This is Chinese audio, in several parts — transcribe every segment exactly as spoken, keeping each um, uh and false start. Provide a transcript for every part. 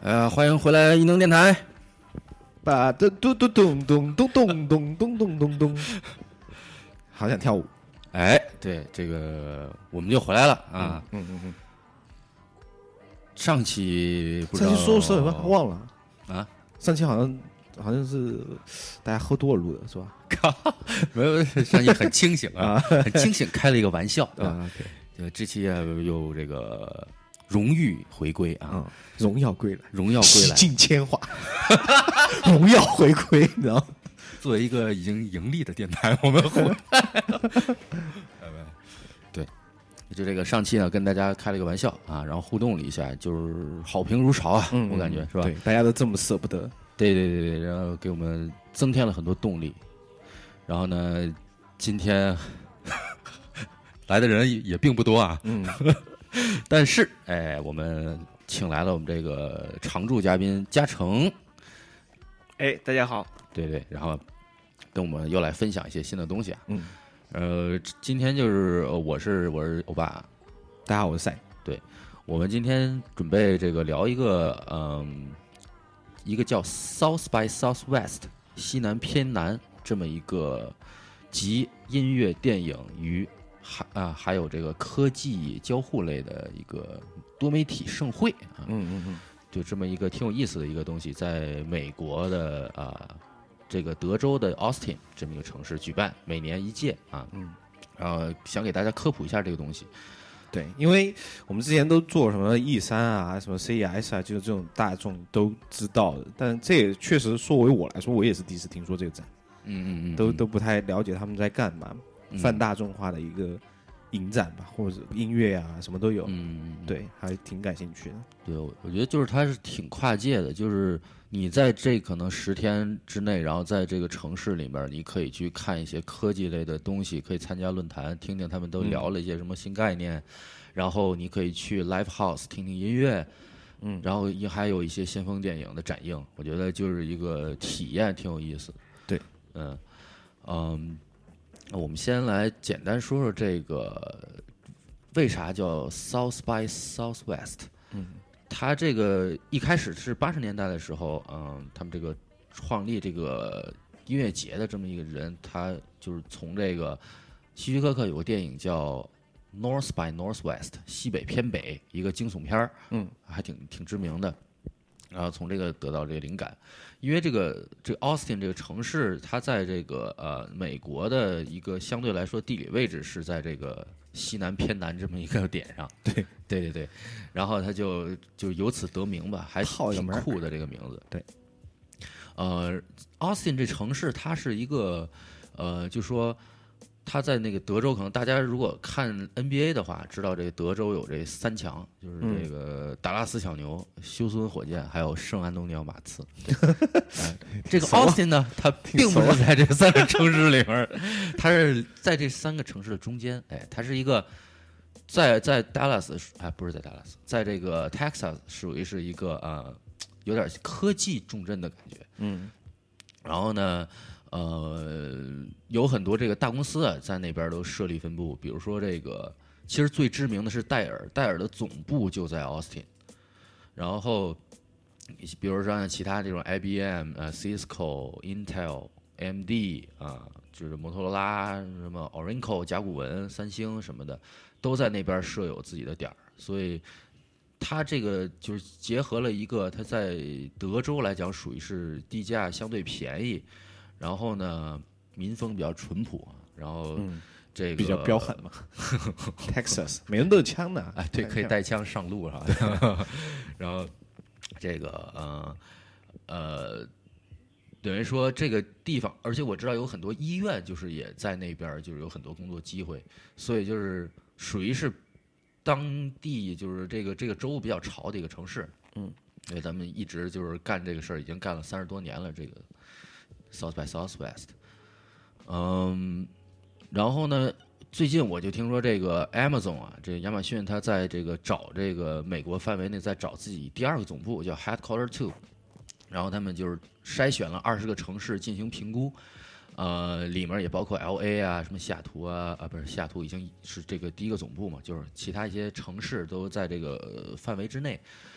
呃，欢迎回来异能电台。 把咚咚咚咚咚咚咚咚咚咚咚咚，好想跳舞。 哎，对，这个我们就回来了啊。 嗯嗯嗯。 上期不知道上期说什么忘了啊？ 上期好像好像是大家喝多了录的是吧？ 靠，没有，上期很清醒啊，很清醒，开了一个玩笑啊。就这期啊，有这个荣誉回归啊， 嗯、荣耀归来， 荣耀归来， 洗尽铅华，荣耀回归，你知道吗？ 作为一个已经盈利的电台，我们回来了。对，就这个上期呢，跟大家开了一个玩笑啊，然后互动了一下，就是好评如潮啊， 嗯、 我感觉是吧？ 对，大家都这么舍不得。 对对对对，然后给我们增添了很多动力。然后呢，今天来的人也并不多啊， 嗯， 但是哎，我们请来了我们这个常驻嘉宾嘉诚。 哎，大家好。 对对，然后跟我们又来分享一些新的东西啊。 嗯， 呃，今天就是我是我是欧巴， 大家好，我是赛。 对，我们今天准备这个聊一个嗯。一个叫 South by Southwest 西南偏南这么一个集音乐、电影与还啊还有这个科技交互类的一个多媒体盛会啊， 嗯嗯嗯， 就这么一个挺有意思的一个东西，在美国的啊这个德州的 Austin 这么一个城市举办，每年一届啊， 嗯， 然后想给大家科普一下这个东西。 对，因为我们之前都做什么 E 三啊，什么 C E S 啊，就是这种大众都知道的。但这也确实，作为我来说，我也是第一次听说这个展， 嗯嗯嗯， 都都不太了解他们在干嘛， 嗯、 泛大众化的一个影展吧，或者音乐啊，什么都有。 嗯， 对，还挺感兴趣的。 对，我觉得就是它是挺跨界的，就是你在这可能十天之内，然后在这个城市里面，你可以去看一些科技类的东西，可以参加论坛，听听他们都聊了一些什么新概念，嗯、然后你可以去 live house 听听音乐， 嗯， 然后也还有一些先锋电影的展映，我觉得就是一个体验，挺有意思。 对， 嗯嗯，我们先来简单说说这个为啥叫 South by Southwest。 嗯。 他这个一开始是八十年代的时候，嗯，他们这个创立这个音乐节的这么一个人，他就是从这个希区柯克有个电影叫《North by Northwest》西北偏北，一个惊悚片儿， 嗯， 还挺挺知名的。然后从这个得到这个灵感，因为这个这个 Austin 这个城市，它在这个呃美国的一个相对来说地理位置是在这个西南偏南这么一个点上。 对对对对，然后他就就由此得名吧，还挺酷的这个名字。 对， 呃 ，Austin 这城市它是一个呃，就说。他在那个德州，可能大家如果看 N B A 的话，知道这个德州有这三强，就是这个达拉斯小牛、休斯顿火箭，还有圣安东尼奥马刺。哎、这个 Austin 呢，它并不是在这三个城市里面，它是在这三个城市的中间。哎，它是一个在在 Dallas， 哎，不是在 Dallas， 在这个 Texas 属于是一个呃有点科技重镇的感觉。 嗯， 然后呢？呃，有很多这个大公司啊，在那边都设立分部。比如说这个，其实最知名的是戴尔，戴尔的总部就在 Austin。然后，比如说像其他这种 I B M、呃 Cisco、Intel、A M D 啊，就是摩托罗拉、什么 Oracle、甲骨文、三星什么的，都在那边设有自己的点儿。所以，它这个就是结合了一个，它在德州来讲属于是地价相对便宜。然后呢，民风比较淳朴，然后这个、 嗯、比较彪悍嘛。Texas 每人都有枪的， 哎，对，可以带枪上路哈。然后这个呃呃，等于说这个地方，而且我知道有很多医院，就是也在那边，就是有很多工作机会，所以就是属于是当地就是这个这个州比较潮的一个城市。 嗯， 因为咱们一直就是干这个事儿，已经干了三十多年了，这个。South by Southwest， 嗯，然后呢，最近我就听说这个 Amazon 啊，这个亚马逊它在这个找这个美国范围内在找自己第二个总部，叫 Headquarter Two， 然后他们就是筛选了二十个城市进行评估，呃，里面也包括 L A 啊，什么西雅图啊，啊不是西雅图已经是这个第一个总部嘛，就是其他一些城市都在这个范围之内。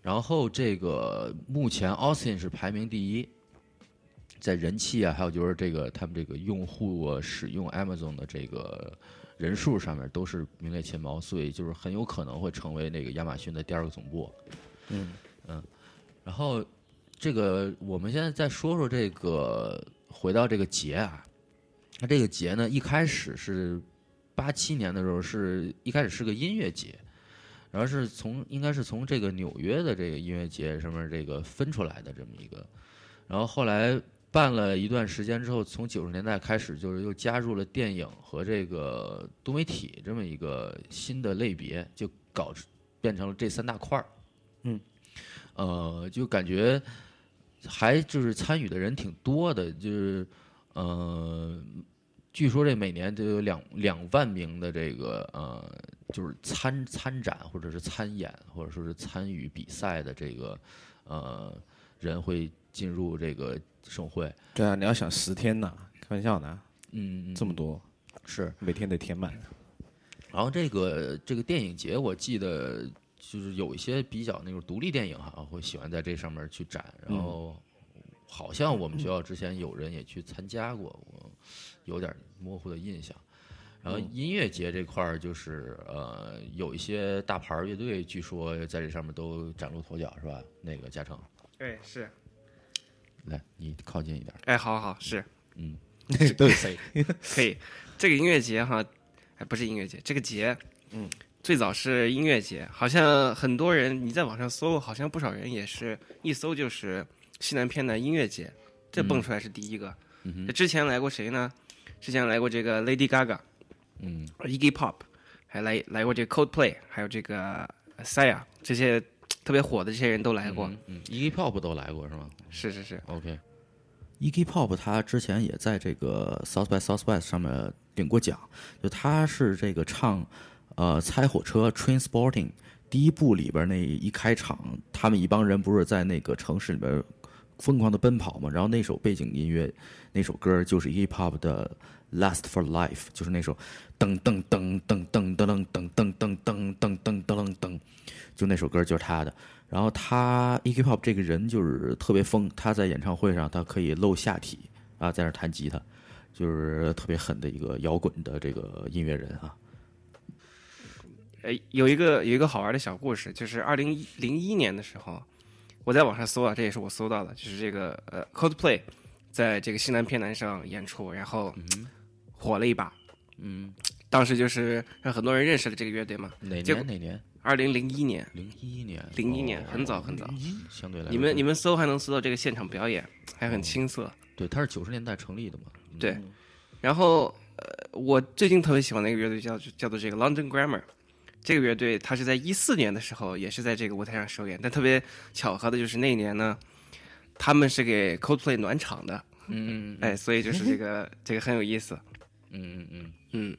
然后这个目前 Austin 是排名第一，在人气啊，还有就是这个他们这个用户、啊、使用 Amazon 的这个人数上面都是名列前茅，所以就是很有可能会成为那个亚马逊的第二个总部。 嗯嗯，然后这个我们现在再说说这个，回到这个节啊，那这个节呢，一开始是八七年的时候是一开始是个音乐节。然后是从应该是从这个纽约的这个音乐节上面这个分出来的这么一个，然后后来办了一段时间之后，从九十年代开始就是又加入了电影和这个多媒体这么一个新的类别，就搞变成了这三大块儿。 嗯， 呃，就感觉还就是参与的人挺多的，就是呃。据说这每年都有两两万名的这个呃，就是参参展或者是参演或者说是参与比赛的这个呃人会进入这个盛会。 对啊，你要想十天呢，开玩笑呢， 嗯， 这么多， 是每天得填满。 然后这个这个电影节，我记得就是有一些比较那种独立电影哈，会喜欢在这上面去展。然后好像我们学校之前有人也去参加过，我有点模糊的印象。然后音乐节这块儿就是呃有一些大牌乐队，据说在这上面都崭露头角，是吧？那个嘉诚， 对，是。 来，你靠近一点。 哎，好好是， 嗯， 都有谁？ 可以。这个音乐节哈，哎，不是音乐节，这个节， 嗯， 最早是音乐节，好像很多人你在网上搜，好像不少人也是一搜就是西南偏南音乐节，这蹦出来是第一个。 嗯这之前来过谁呢？之前来过这个 Lady Gaga。嗯，Iggy Pop， 还来来过这个 Coldplay， 还有这个 Sia， 这些特别火的这些人都来过。 嗯 ，Iggy Pop 都来过是吗？ 是是是 ，OK。Iggy Pop 他之前也在这个 South by Southwest 上面领过奖，就他是这个唱呃猜火车 Trainspotting 第一部里边那一开场，他们一帮人不是在那个城市里边疯狂的奔跑嘛，然后那首背景音乐那首歌就是 Iggy Pop 的 Last for Life， 就是那首噔噔噔噔噔噔噔噔噔噔噔噔噔噔噔，就那首歌就是他的。然后他 Iggy Pop 这个人就是特别疯，他在演唱会上他可以露下体啊，在那弹吉他，就是特别狠的一个摇滚的这个音乐人啊。 呃，有一个有一个好玩的小故事，就是二零零一年的时候，我在网上搜啊，这也是我搜到的，就是这个呃 Coldplay 在这个西南偏南上演出，然后火了一把。 嗯， 当时就是让很多人认识了这个乐队嘛。 哪结年哪年？ 二零零一年。 零一年。 零一年， 哦很早很早。 相对来说， 你们你们搜还能搜到这个现场表演，还很青涩。 对，他是九十年代成立的嘛。嗯、 对，然后呃，我最近特别喜欢的一个乐队叫叫做这个 London Grammar。这个乐队它是在一四年的时候也是在这个舞台上首演，但特别巧合的就是那一年呢，他们是给 Coldplay 暖场的。 嗯嗯， 哎，所以就是这个这个很有意思。 嗯嗯嗯嗯。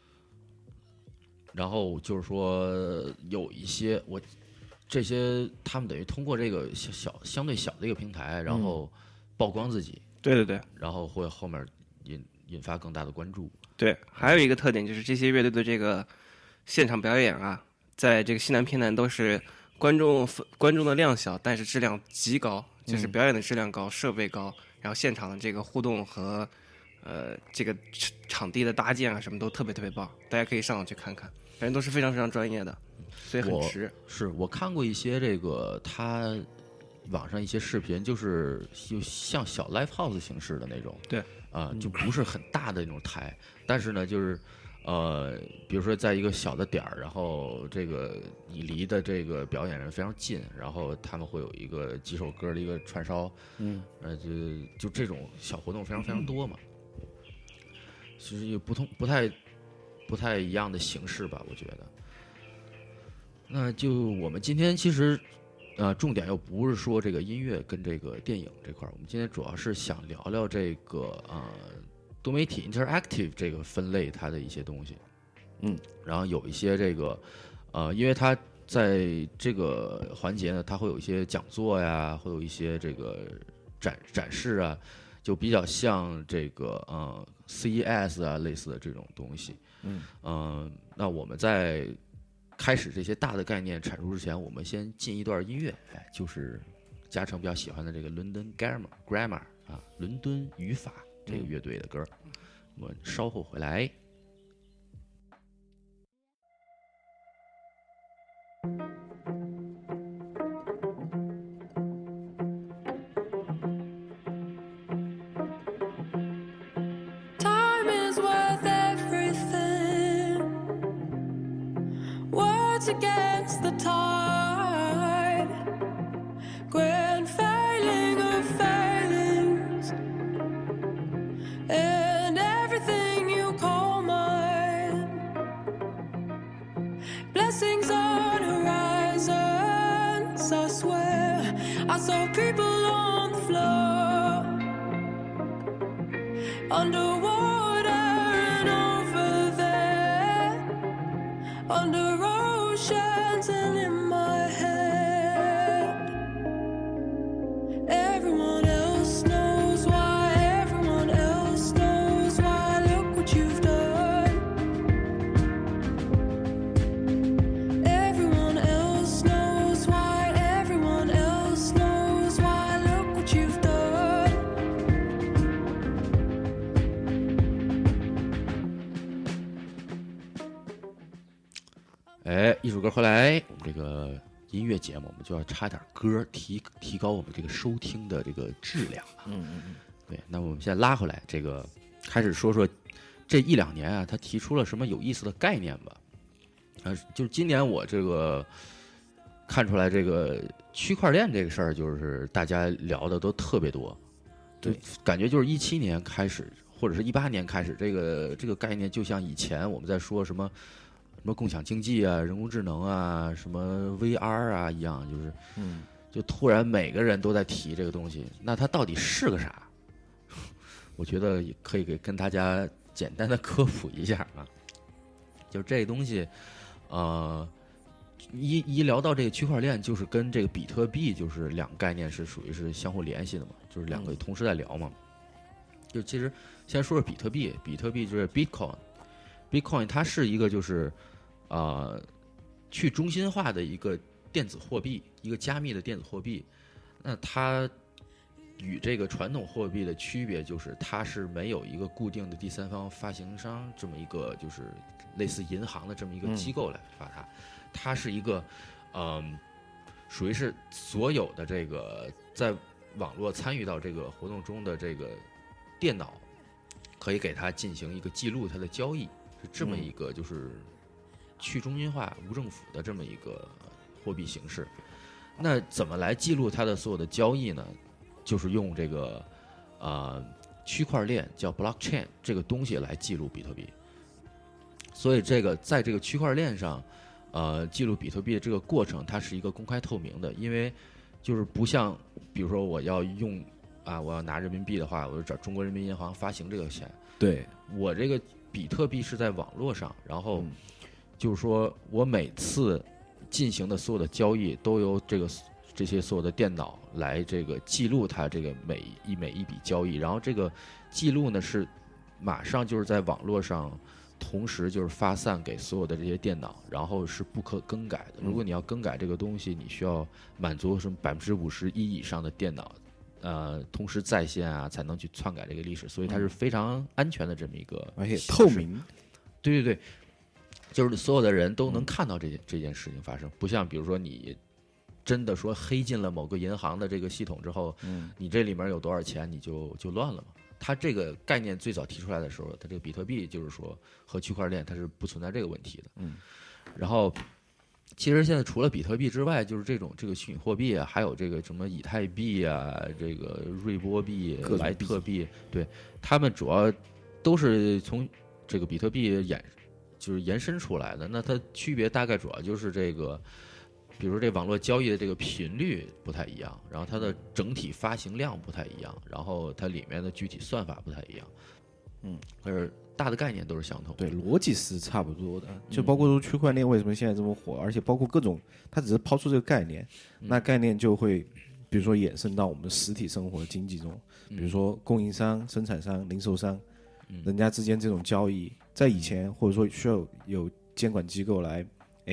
然后就是说有一些我这些他们等于通过这个小小相对小的一个平台，然后曝光自己。 对对对。 然后会后面引引发更大的关注。 对，还有一个特点就是这些乐队的这个现场表演啊，在这个西南偏南都是观众观众的量小，但是质量极高，就是表演的质量高，设备高，然后现场的这个互动和呃这个场地的搭建啊什么都特别特别棒，大家可以上网去看看，反正都是非常非常专业的，所以很值。 是我看过一些这个他网上一些视频，就是就像小 live house 形式的那种。 对啊、呃，就不是很大的那种台，但是呢就是呃，比如说在一个小的点儿，然后这个你离的这个表演人非常近，然后他们会有一个几首歌的一个串烧， 嗯， 呃，就就这种小活动非常非常多嘛，其实也不同不太不太一样的形式吧，我觉得。那就我们今天其实呃重点又不是说这个音乐跟这个电影这块儿，我们今天主要是想聊聊这个呃。多媒体 interactive 这个分类它的一些东西， 嗯， 然后有一些这个，呃，因为它在这个环节呢，它会有一些讲座呀，会有一些这个展展示啊，就比较像这个呃 C E S 啊类似的这种东西， 嗯， 呃，那我们在开始这些大的概念阐述之前，我们先进一段音乐，哎，就是嘉诚比较喜欢的这个伦敦 Grammar Grammar 啊，伦敦语法这个乐队的歌，我们稍后回来。 Against the tide, grand failing of failings, and everything you call mine. Blessings on horizons, I swear I saw people on the floor, underwater and over there, under oceans and in my head. Everyone else knows why, everyone else knows why. Look what you've done. Everyone else knows why, everyone else knows why. Look what you've done. 哎，一首歌回来，我们这个音乐节目，我们就要插点歌，提提高我们这个收听的这个质量啊。 嗯嗯嗯。 对，那我们现在拉回来，这个开始说说这一两年啊，他提出了什么有意思的概念吧？呃，就是今年我这个看出来，这个区块链这个事儿，就是大家聊的都特别多。 对， 感觉就是一七年开始，或者是一八年开始，这个这个概念就像以前我们在说什么。什么共享经济啊、人工智能啊、什么 V R 啊一样，就是， 嗯， 就突然每个人都在提这个东西，那它到底是个啥？我觉得也可以给跟大家简单的科普一下啊。就这东西，呃，一一聊到这个区块链，就是跟这个比特币就是两个概念是属于是相互联系的嘛，就是两个同时在聊嘛。就其实先说说比特币，比特币就是 Bitcoin，Bitcoin 它是一个就是呃去中心化的一个电子货币，一个加密的电子货币。那它与这个传统货币的区别就是它是没有一个固定的第三方发行商这么一个就是类似银行的这么一个机构来发它，它是一个嗯属于是所有的这个在网络参与到这个活动中的这个电脑可以给它进行一个记录它的交易，是这么一个就是去中心化无政府的这么一个货币形式。那怎么来记录它的所有的交易呢？就是用这个呃区块链叫 blockchain 这个东西来记录比特币。所以这个在这个区块链上，呃，记录比特币的这个过程，它是一个公开透明的，因为就是不像比如说我要用啊，我要拿人民币的话，我就找中国人民银行发行这个钱。 对， 我这个比特币是在网络上，然后就是说我每次进行的所有的交易都由这个这些所有的电脑来这个记录它这个每一每一笔交易，然后这个记录呢是马上就是在网络上同时就是发散给所有的这些电脑，然后是不可更改的。如果你要更改这个东西，你需要满足什么百分之五十一以上的电脑，呃，同时在线啊，才能去篡改这个历史。所以它是非常安全的这么一个， 而且透明。 对对对，就是所有的人都能看到这件、嗯、这件事情发生，不像比如说你真的说黑进了某个银行的这个系统之后，嗯，你这里面有多少钱，你就就乱了嘛。它这个概念最早提出来的时候，它这个比特币就是说和区块链它是不存在这个问题的。嗯，然后其实现在除了比特币之外，就是这种这个虚拟货币啊，还有这个什么以太币啊，这个瑞波币、莱特币，对，他们主要都是从这个比特币衍就是延伸出来的。那它区别大概主要就是这个。比如说这网络交易的这个频率不太一样，然后它的整体发行量不太一样，然后它里面的具体算法不太一样，嗯，可是大的概念都是相同的， 对，逻辑是差不多的。就包括说区块链为什么现在这么火，而且包括各种，它只是抛出这个概念，嗯、那概念就会，比如说衍生到我们实体生活的经济中，比如说供应商、生产商、零售商，嗯、人家之间这种交易，在以前或者说需要有监管机构来，哎。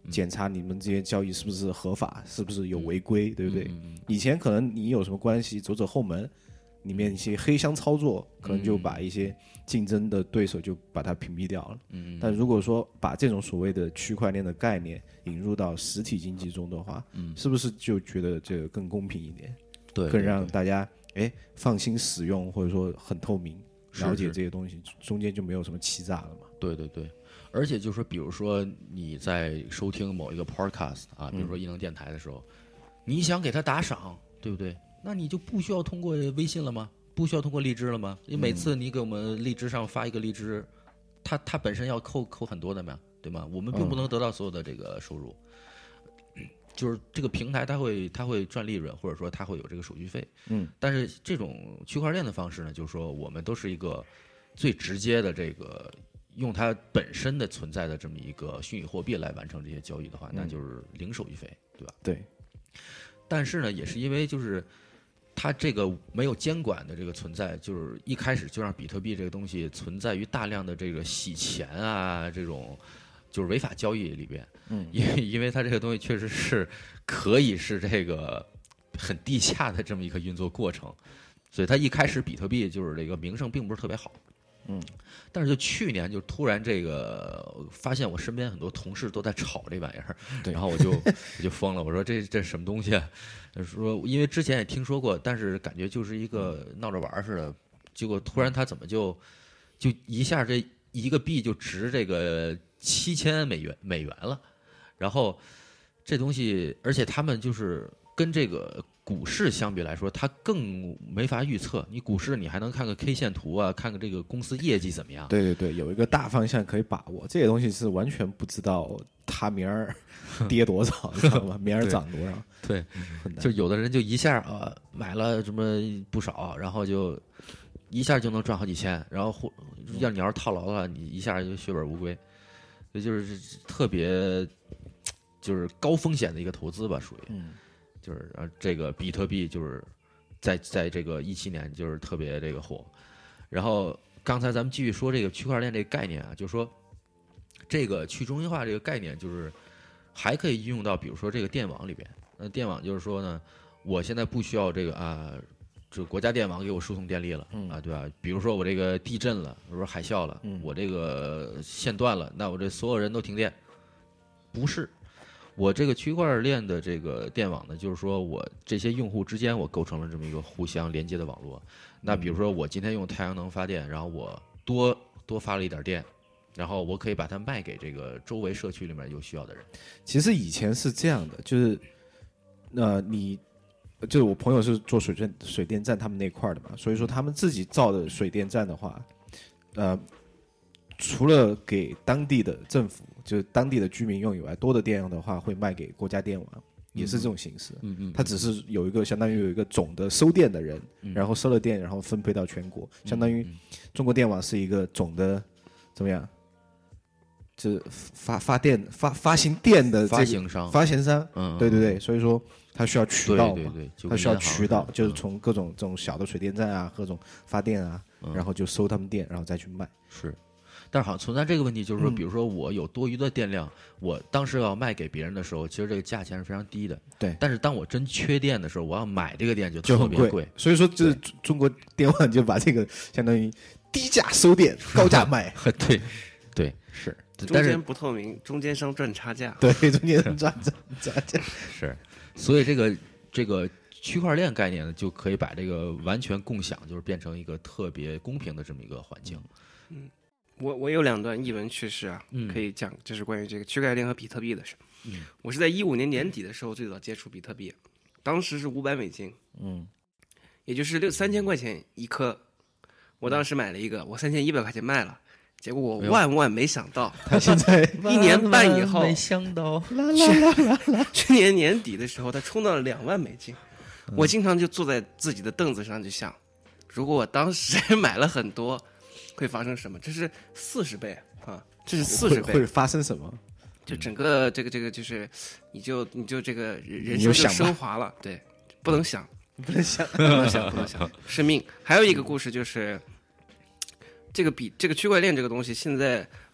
检查你们这些交易是不是合法，是不是有违规，对不对？ 嗯以前可能你有什么关系，走走后门，里面一些黑箱操作，可能就把一些竞争的对手就把它屏蔽掉了。 嗯， 但如果说把这种所谓的区块链的概念引入到实体经济中的话， 嗯， 是不是就觉得这个更公平一点？ 对， 更让大家哎放心使用，或者说很透明， 是了解是这些东西，中间就没有什么欺诈了嘛。 对对对，而且就是说，比如说你在收听某一个 podcast 啊，比如嗯说异能电台的时候，你想给他打赏，对不对？那你就不需要通过微信了吗？不需要通过荔枝了吗？因为每次你给我们荔枝上发一个荔枝，它它本身要扣扣很多的嘛，对吗？我们并不能得到所有的这个收入。就是这个平台它会它会赚利润，或者说它会有这个手续费。 嗯， 但是这种区块链的方式呢，就是说我们都是一个最直接的这个用它本身的存在的这么一个虚拟货币来完成这些交易的话，那就是零手续费，对吧？ 对。 但是呢，也是因为就是它这个没有监管的这个存在，就是一开始就让比特币这个东西存在于大量的这个洗钱啊这种。就是违法交易里边，嗯，因为因为它这个东西确实是可以是这个很地下的这么一个运作过程，所以它一开始比特币就是这个名声并不是特别好， 嗯，但是就去年就突然这个发现我身边很多同事都在炒这玩意儿， 对， 然后我就我就疯了，我说这这什么东西啊？说因为之前也听说过，但是感觉就是一个闹着玩似的，结果突然它怎么就就一下这一个币就值这个。七千美元美元了，然后这东西，而且他们就是跟这个股市相比来说，它更没法预测。你股市你还能看个 K 线图啊，看个这个公司业绩怎么样？ 对对对，有一个大方向可以把握。这些东西是完全不知道它明儿跌多少，知道吗？明儿涨多少？ 对，就有的人就一下啊买了什么不少，然后就一下就能赚好几千，然后或要你要是套牢了，你一下就血本无归。这就是特别，就是高风险的一个投资吧，属于， 嗯， 就是啊，这个比特币就是在在这个一七年就是特别这个火，然后刚才咱们继续说这个区块链这个概念啊，就是说这个去中心化这个概念，就是还可以应用到比如说这个电网里边，那电网就是说呢，我现在不需要这个啊。就国家电网给我输送电力了， 嗯、 啊，对吧？比如说我这个地震了，比如说海啸了， 嗯、 我这个线断了，那我这所有人都停电。不是，我这个区块链的这个电网呢，就是说我这些用户之间我构成了这么一个互相连接的网络。那比如说我今天用太阳能发电，然后我多多发了一点电，然后我可以把它卖给这个周围社区里面有需要的人。 其实以前是这样的，就是呃你。就是我朋友是做水电水电站他们那块的嘛，所以说他们自己造的水电站的话，呃，除了给当地的政府就是当地的居民用以外，多的电量的话会卖给国家电网，也是这种形式。 嗯嗯， 它只是有一个相当于有一个总的收电的人， 嗯、 然后收了电，然后分配到全国，相当于中国电网是一个总的怎么样？就是发发电发发行电的、这个、 发行商， 发行商， 嗯， 对对对，所以说它需要渠道嘛， 对对对， 它需要渠道， 是就是从各种这种小的水电站啊，各种发电啊， 嗯、 然后就收他们电，然后再去卖。 是，但是好像存在这个问题，就是说， 嗯、 比如说我有多余的电量，我当时要卖给别人的时候，其实这个价钱是非常低的。 对， 但是当我真缺电的时候，我要买这个电就就很特别贵。所以说，就是中国电网就把这个相当于低价收电，高价卖。 对，对，是。 中间不透明，中间商赚差价。 对，中间商赚差价。 是，所以这个这个区块链概念呢，就可以把这个完全共享，就是变成一个特别公平的这么一个环境。 嗯，我我有两段译文趣事啊， 嗯、 可以讲，就是关于这个区块链和比特币的事。 嗯， 我是在一五年年底的时候最早接触比特币，当时是五百美金， 嗯， 也就是六三千块钱一颗。我当时买了一个，我三千一百块钱卖了。结果我万万没想到， 他现在一年半以后， 没想到， 去去年年底的时候，他冲到了两万美金。嗯、我经常就坐在自己的凳子上就想，如果我当时买了很多，会发生什么？这是四十倍啊！这是四十倍， 会发生什么？ 就整个这个这个就是，你就你就这个人生就升华了。对，不能想， 不能想， 不能想，不能想，是命。还有一个故事就是。这个比这个区块链这个东西，现在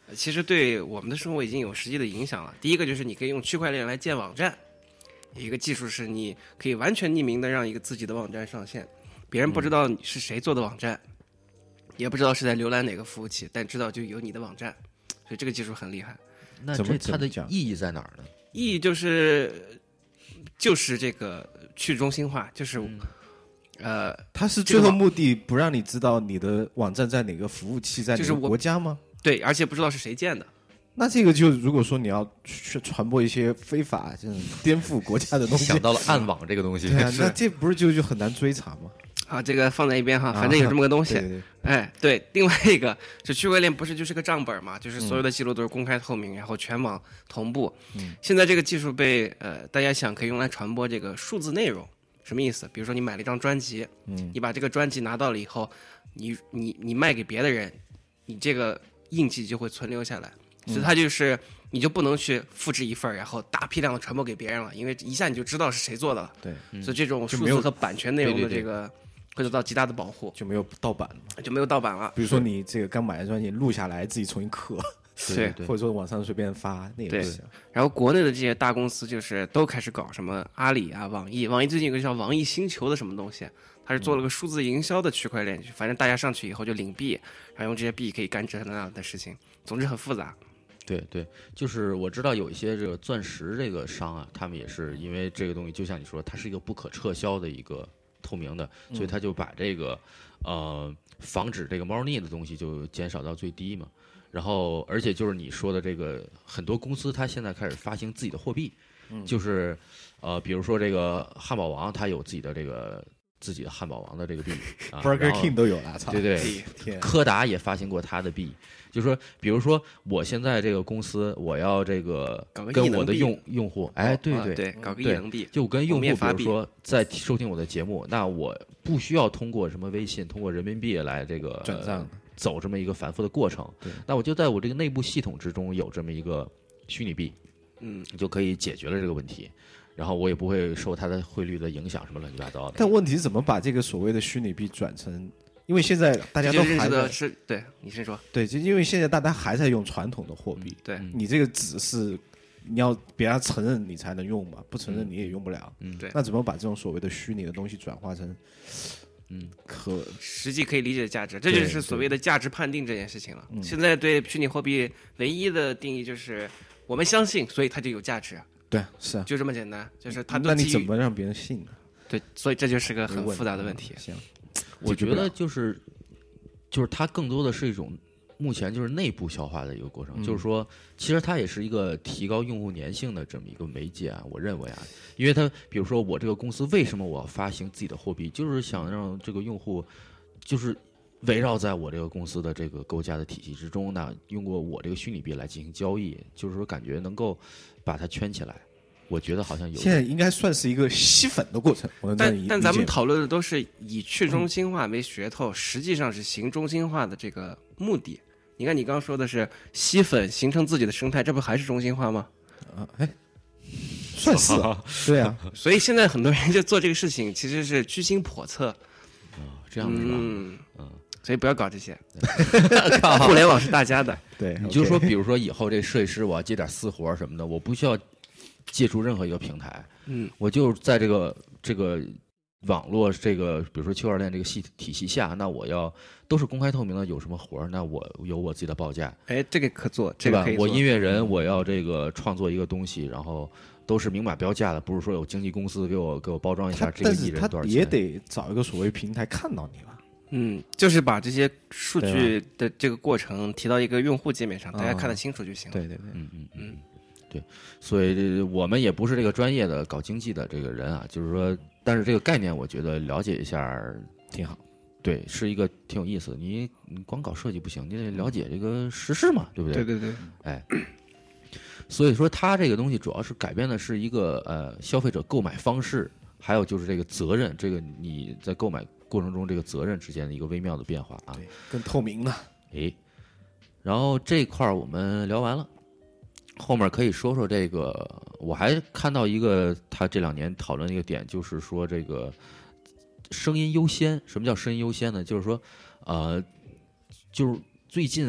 其实对我们的生活已经有实际的影响了。第一个就是你可以用区块链来建网站，有一个技术是你可以完全匿名的让一个自己的网站上线，别人不知道你是谁做的网站，也不知道是在浏览哪个服务器，但知道就有你的网站，所以这个技术很厉害。 那怎么这它的怎么讲意义在哪儿呢？ 意义就是就是这个去中心化，就是、 嗯呃， 它是这个网最后目的不让你知道你的网站在哪个服务器，在哪个就是我国家吗？ 对，而且不知道是谁建的。 那这个就如果说你要去传播一些非法、这种颠覆国家的东西， 想到了暗网这个东西， 对啊，那这不是就就很难追查吗？ 好，这个放在一边哈， 啊反正有这么个东西。 对对对， 哎，对，另外一个就区块链不是就是个账本嘛，就是所有的记录都是公开透明，然后全网同步。 嗯， 现在这个技术被呃大家想可以用来传播这个数字内容，什么意思？比如说你买了一张专辑， 嗯， 你把这个专辑拿到了以后，你你你卖给别的人，你这个印记就会存留下来， 嗯所以它就是你就不能去复制一份儿，然后大批量的传播给别人了，因为一下你就知道是谁做的了。 对， 所以这种就没有数字和版权内容对对对的这个会得到极大的保护， 就没有盗版了嘛。 就没有盗版了。 比如说你这个刚买的专辑录下来，自己重新刻， 对对或者说网上随便发，那也对不行。 然后国内的这些大公司就是都开始搞什么阿里啊、网易，网易最近有个叫网易星球的什么东西，它是做了个数字营销的区块链，反正大家上去以后就领币，然后用这些币可以干这那样的事情，总之很复杂。 对对，就是我知道有一些这个钻石这个商啊，他们也是因为这个东西，就像你说，它是一个不可撤销的一个透明的，所以他就把这个呃防止这个猫腻的东西就减少到最低嘛。然后，而且就是你说的这个，很多公司它现在开始发行自己的货币，就是呃，比如说这个汉堡王，它有自己的这个自己的汉堡王的这个币啊 Burger 然后 King 都有了，操！ 对对， 天， 柯达也发行过它的币，就是说，比如说我现在这个公司，我要这个搞个跟异能币我的用用户，哎，对对啊对，搞个异对能币， 就跟用户， 我们也发币比如说在收听我的节目，那我不需要通过什么微信，通过人民币来这个转账呃走这么一个繁复的过程对。 那我就在我这个内部系统之中有这么一个虚拟币， 嗯， 就可以解决了这个问题。然后我也不会受它的汇率的影响，什么乱七八糟的。 但问题是怎么把这个所谓的虚拟币转成？因为现在大家这就认都还在识的是，对你先说， 对，就因为现在大家还在用传统的货币， 对， 嗯你这个只是你要别人承认你才能用嘛，不承认你也用不了。 嗯对那怎么把这种所谓的虚拟的东西转化成嗯可实际可以理解的价值，这对就是所谓的价值判定这件事情了。 嗯现在对虚拟货币唯一的定义就是我们相信，所以它就有价值， 对是啊？ 就这么简单，就是它都那你基于怎么让别人信呢？ 对，所以这就是个很没问复杂的问题。 行， 我觉解决不了得就是就是它更多的是一种目前就是内部消化的一个过程， 嗯就是说其实它也是一个提高用户粘性的这么一个媒介啊，我认为啊，因为它比如说我这个公司为什么我要发行自己的货币，就是想让这个用户就是围绕在我这个公司的这个构架的体系之中呢，用过我这个虚拟币来进行交易，就是说感觉能够把它圈起来，我觉得好像有现在应该算是一个吸粉的过程。我能这样但理但咱们理解吗讨论的都是以去中心化为噱头，实际上是行中心化的这个目的。你看，你刚刚说的是吸粉形成自己的生态，这不还是中心化吗？ 啊，哎，算是啊，对啊， 所以现在很多人就做这个事情，其实是居心叵测。 这样子吧。 嗯嗯， 所以不要搞这些。互联网是大家的， 对， 你就 OK 说，比如说以后这设计师我要接点私活儿什么的，我不需要借助任何一个平台， 嗯， 我就在这个这个网络这个，比如说区块链这个系体系下，那我要都是公开透明的，有什么活儿，那我有我自己的报价， 哎，这个可做，这对吧个可以？做。 我音乐人我要这个创作一个东西，然后都是明码标价的，不是说有经纪公司给我给我包装一下他这个艺但是他人多少钱。 也得找一个所谓平台看到你吧？ 嗯，就是把这些数对据的这个过程提到一个用户界面上，大家啊看得清楚就行了。 对对对， 嗯嗯嗯，对，所以这我们也不是这个专业的搞经济的这个人啊，就是说，但是这个概念我觉得了解一下挺好。 对，是一个挺有意思的。你你光搞设计不行，你得了解这个时事嘛，对不对？ 对对对， 哎，所以说它这个东西主要是改变的是一个呃消费者购买方式，还有就是这个责任，这个你在购买过程中这个责任之间的一个微妙的变化啊。 对，更透明了。 诶，然后这块儿我们聊完了，后面可以说说这个。我还看到一个他这两年讨论的一个点，就是说这个声音优先。什么叫声音优先呢？就是说，呃，就是最近啊，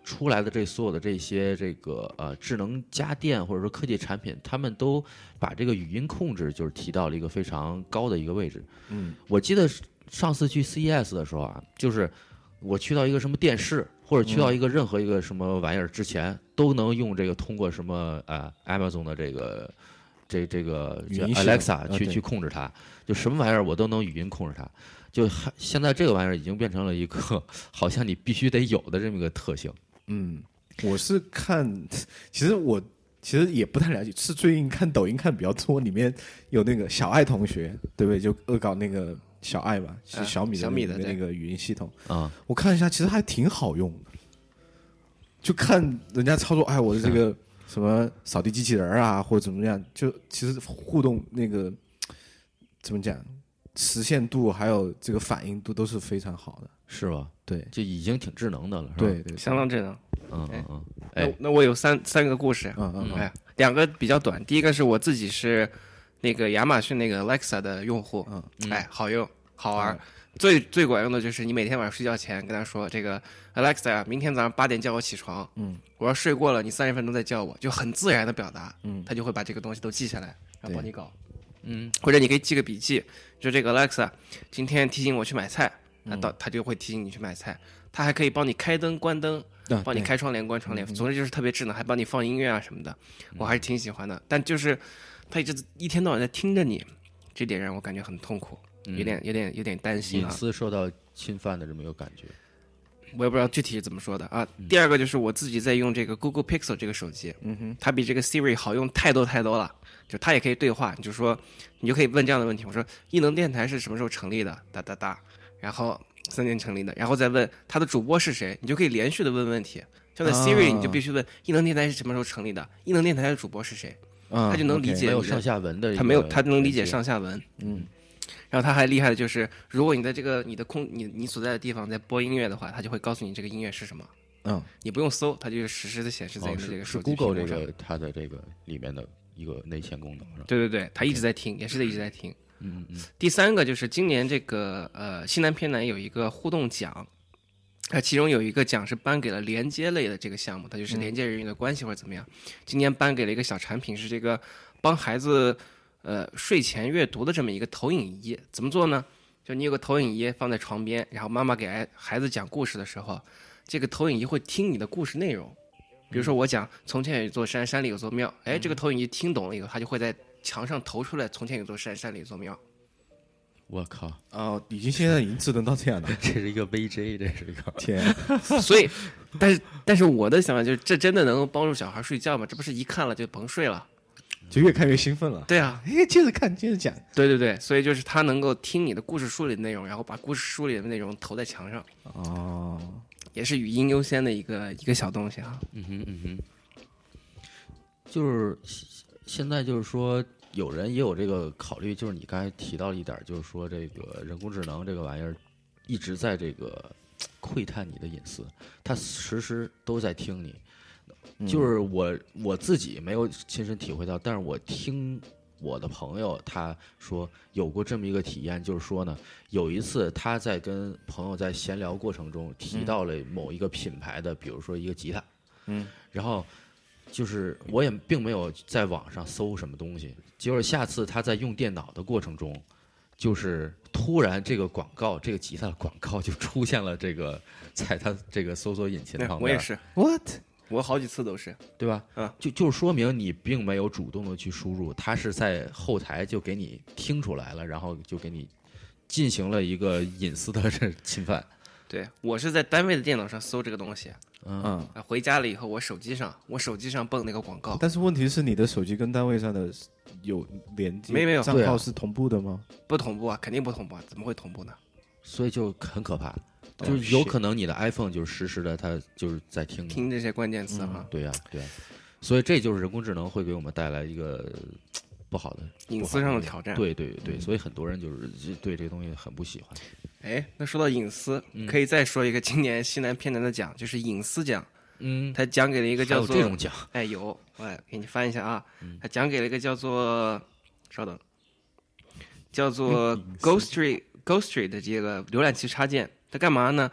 出来的这所有的这些这个呃智能家电或者说科技产品，他们都把这个语音控制就是提到了一个非常高的一个位置。 嗯， 我记得上次去 C E S 的时候啊，就是我去到一个什么电视或者去到一个任何一个什么玩意儿之前，都能用这个通过什么呃 Amazon 的这个这这个叫语音系统 Alexa 去、 啊对去控制它，就什么玩意儿我都能语音控制它。就还现在这个玩意儿已经变成了一个好像你必须得有的这么一个特性。 嗯，我是看，其实我其实也不太了解，是最近看抖音看比较多，里面有那个小爱同学，对不对？就恶搞那个小爱嘛，是啊小米的小米的对那个那个语音系统啊、 我看一下，其实还挺好用的。就看人家操作，哎，我的这个什么扫地机器人啊，或者怎么样，就其实互动那个怎么讲，实现度还有这个反应度都是非常好的。 是吧？ 对就已经挺智能的了，是吧？ 对，对， 相当智能。 嗯嗯嗯， 那哎， 那我有三三个故事， 嗯嗯哎，两个比较短。第一个是我自己是那个亚马逊那个 Alexa 的用户， 嗯哎，好用好玩。最最管用的就是你每天晚上睡觉前跟他说这个 Alexa， 明天早上八点叫我起床， 嗯， 我要睡过了，你三十分钟再叫我，就很自然的表达， 嗯他就会把这个东西都记下来，然后帮你搞。 嗯， 或者你可以记个笔记，就这个 Alexa 今天提醒我去买菜，那到他就会提醒你去买菜。他还可以帮你开灯、关灯， 啊对帮你开窗帘、关窗帘，总之就是特别智能，还帮你放音乐啊什么的，我还是挺喜欢的。但就是他一直一天到晚在听着你，这点让我感觉很痛苦，有点有点有点担心隐啊。 私受到侵犯的这么一个感觉。 我也不知道具体是怎么说的啊。第二个就是我自己在用这个 Google Pixel 这个手机， 嗯哼， 它比这个 Siri 好用太多太多了。就它也可以对话，你就说，你就可以问这样的问题，我说异能电台是什么时候成立的？哒哒哒，然后三年成立的，然后再问它的主播是谁，你就可以连续的问问题。像在 Siri 你就必须问异能电台是什么时候成立的？异能电台的主播是谁？ 他他就能理解你的没有上下文的一个连接， 它没有，它能理解上下文。 嗯， 然后它还厉害的就是，如果你在这个你的空你你所在的地方在播音乐的话，它就会告诉你这个音乐是什么。 嗯， 你不用搜，它就是实时的显示在哦你的这是是个手机屏 Google 幕上。 这个它的这个里面的一个内嵌功能是吧？ 对对对，它一直在听，也是在一直在听。 嗯嗯第三个就是今年这个呃西南偏南有一个互动奖，呃，其中有一个奖是颁给了连接类的这个项目，它就是连接人员的关系或者怎么样。今年颁给了一个小产品，是这个帮孩子呃睡前阅读的这么一个投影仪。怎么做呢？就你有个投影仪放在床边，然后妈妈给孩孩子讲故事的时候，这个投影仪会听你的故事内容。比如说我讲从前有一座山，山里有座庙，哎，这个投影仪听懂了以后，它就会在墙上投出来从前有座山，山里有座庙。 我靠， 哦，已经现在已经智能到这样了， 这是一个 V J， 这是一个天， 所以，但是但是我的想法就是，这真的能够帮助小孩睡觉吗？这不是一看了就甭睡了？ 就越看越兴奋了。 对啊， 哎，接着看，接着讲。 对对对，所以就是他能够听你的故事书里的内容，然后把故事书里的内容投在墙上， 哦， 也是语音优先的一个一个小东西啊。 嗯哼嗯哼，就是现在就是说，有人也有这个考虑，就是你刚才提到一点，就是说这个人工智能这个玩意儿一直在这个窥探你的隐私，它时时都在听你。就是我我自己没有亲身体会到，但是我听我的朋友他说有过这么一个体验，就是说呢，有一次他在跟朋友在闲聊过程中提到了某一个品牌的，比如说一个吉他， 嗯， 然后就是我也并没有在网上搜什么东西，结果下次他在用电脑的过程中，就是突然这个广告，这个吉他的广告就出现了，这个在他这个搜索引擎旁边， 我也是 What？ 我好几次都是， 对吧？ 嗯， 就就是说明你并没有主动的去输入，他是在后台就给你听出来了，然后就给你进行了一个隐私的这侵犯。 对我是在单位的电脑上搜这个东西， 嗯， 嗯， 啊，回家了以后，我手机上我手机上蹦那个广告， 但是问题是你的手机跟单位上的有连接， 没没有账对啊号是同步的吗？ 不同步啊，肯定不同步啊，怎么会同步呢？ 所以就很可怕， 哦就是有 shit 可能你的 iPhone 就是实时的，它就是在听你。 听这些关键词啊， 对呀、对呀、所以这就是人工智能会给我们带来一个不好的隐私上的挑战。 对对对，所以很多人就是对这个东西很不喜欢。 哎，那说到隐私， 嗯可以再说一个今年西南偏南的奖，就是隐私奖。 嗯， 他奖给了一个还有叫做这种奖， 哎有，我来给你翻一下啊， 嗯他奖给了一个叫做稍等，叫做 Ghost Tree Ghost Tree 的这个浏览器插件，它干嘛呢？本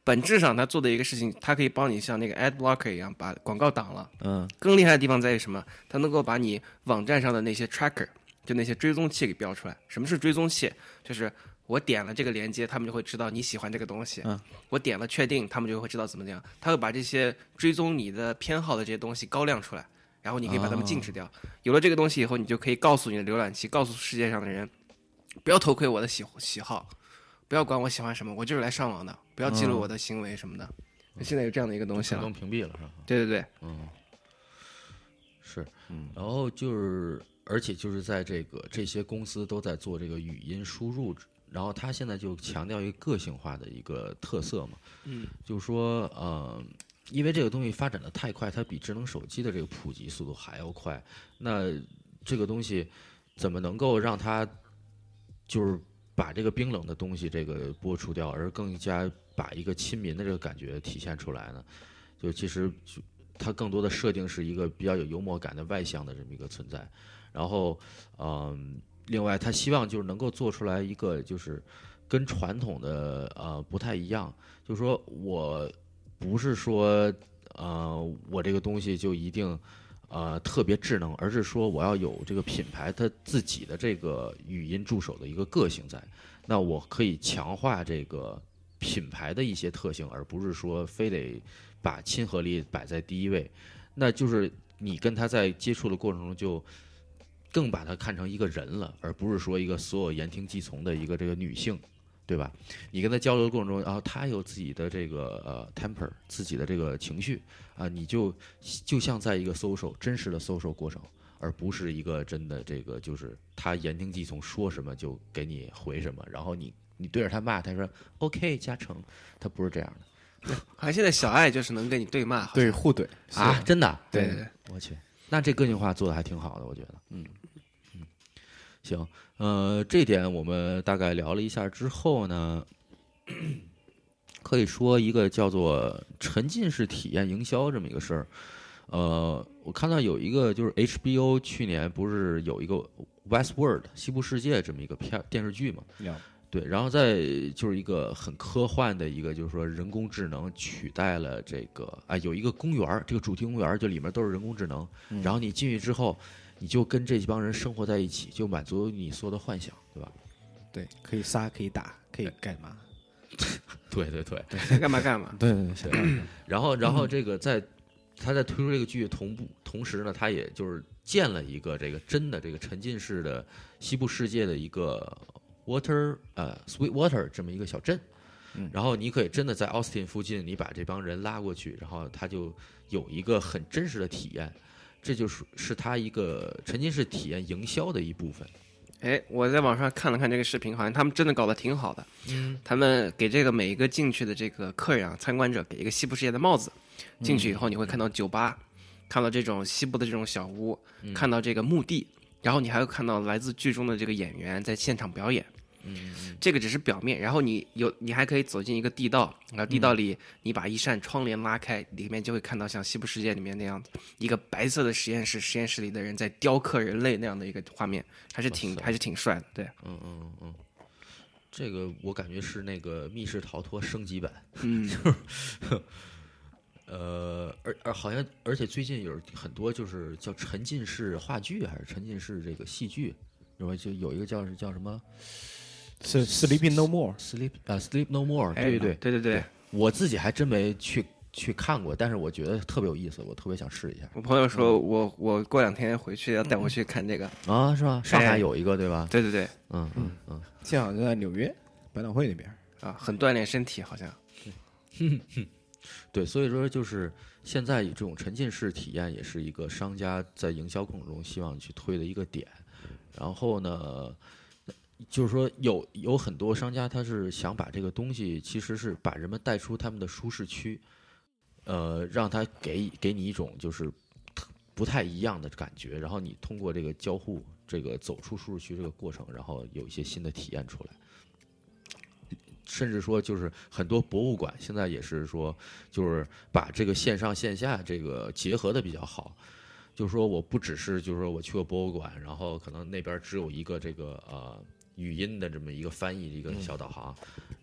本质上它做的一个事情，它可以帮你像那个 ad blocker 一样把广告挡了。 嗯， 更厉害的地方在于什么？它能够把你网站上的那些 tracker， 就那些追踪器给标出来。什么是追踪器？就是我点了这个链接，他们就会知道你喜欢这个东西。 嗯， 我点了确定，他们就会知道怎么样。他会把这些追踪你的偏好的这些东西高亮出来，然后你可以把它们禁止掉。有了这个东西以后，你就可以告诉你的浏览器，告诉世界上的人，不要偷窥我的喜喜好，不要管我喜欢什么，我就是来上网的，不要记录我的行为什么的。现在有这样的一个东西了自动，屏蔽了是吧？ 对对对， 嗯，是，嗯，然后就是，而且就是在这个这些公司都在做这个语音输入，然后他现在就强调一个个性化的一个特色嘛， 嗯， 就是说，呃，因为这个东西发展的太快，它比智能手机的这个普及速度还要快，那这个东西怎么能够让它就是把这个冰冷的东西这个剥除掉，而更加把一个亲民的这个感觉体现出来呢？就其实就它更多的设定是一个比较有幽默感的外向的这么一个存在，然后嗯，另外他希望就是能够做出来一个就是跟传统的呃不太一样，就是说我不是说呃我这个东西就一定呃特别智能，而是说我要有这个品牌它自己的这个语音助手的一个个性在，那我可以强化这个品牌的一些特性，而不是说非得把亲和力摆在第一位，那就是你跟他在接触的过程中就更把他看成一个人了，而不是说一个所有言听计从的一个这个女性，对吧？你跟他交流的过程中，然后他有自己的这个呃 temper， 自己的这个情绪啊、你就就像在一个 social 真实的 social 过程，而不是一个真的这个就是他言听计从，说什么就给你回什么，然后你你对着他骂，他说 OK 加成，他不是这样的。 好像现在小爱就是能跟你对骂，好像对，互怼啊，真的？ 对对对， 我去，那这个性化做的还挺好的，我觉得。嗯嗯，行，呃，这点我们大概聊了一下之后呢，可以说一个叫做沉浸式体验营销这么一个事儿。呃，我看到有一个就是 H B O 去年不是有一个 Westworld 西部世界这么一个片电视剧嘛？ 要对，然后再就是一个很科幻的一个，就是说人工智能取代了这个啊，有一个公园儿，这个主题公园儿就里面都是人工智能， 嗯然后你进去之后，你就跟这帮人生活在一起，就满足你所有的幻想，对吧？ 对，可以杀，可以打，可以干嘛？ 对对对， 想干嘛干嘛。 对对对， 然后然后这个在他在推出这个剧同步同时呢，他也就是建了一个这个真的这个沉浸式的西部世界的一个 water 呃 Sweet Water 这么一个小镇。 嗯然后你可以真的在奥斯汀附近，你把这帮人拉过去，然后他就有一个很真实的体验，这就是是他一个沉浸式体验营销的一部分。 哎，我在网上看了看这个视频，好像他们真的搞得挺好的。嗯，他们给这个每一个进去的这个客人啊、参观者给一个西部世界的帽子，进去以后你会看到酒吧，看到这种西部的这种小屋，看到这个墓地，然后你还会看到来自剧中的这个演员在现场表演。嗯，这个只是表面，然后你有你还可以走进一个地道，然后地道里你把一扇窗帘拉开，里面就会看到像西部世界里面那样子一个白色的实验室，实验室里的人在雕刻人类那样的一个画面，还是挺还是挺帅的，对。 嗯嗯嗯，这个我感觉是那个密室逃脱升级版。 嗯， 呃，而而好像，而且最近有很多就是叫沉浸式话剧，还是沉浸式这个戏剧，有没有就有一个叫是叫什么是 Sleeping No More， Sleep 啊、Sleep No More， 哎对对对对对， 我自己还真没去去看过，但是我觉得特别有意思，我特别想试一下我朋友说我我过两天回去要带我去看这个， 啊，是吧？上海有一个对吧？ 对对对， 嗯嗯嗯， 现在好像在纽约百老汇那边。 啊，很锻炼身体，好像。 对，所以说就是现在这种沉浸式体验也是一个商家在营销过程中希望去推的一个点。然后呢，就是说有有很多商家他是想把这个东西其实是把人们带出他们的舒适区，呃，让他给给你一种就是不太一样的感觉，然后你通过这个交互，这个走出舒适区这个过程，然后有一些新的体验出来。甚至说，就是很多博物馆现在也是说，就是把这个线上线下这个结合的比较好。就是说，我不只是就是说我去个博物馆，然后可能那边只有一个这个呃语音的这么一个翻译的一个小导航，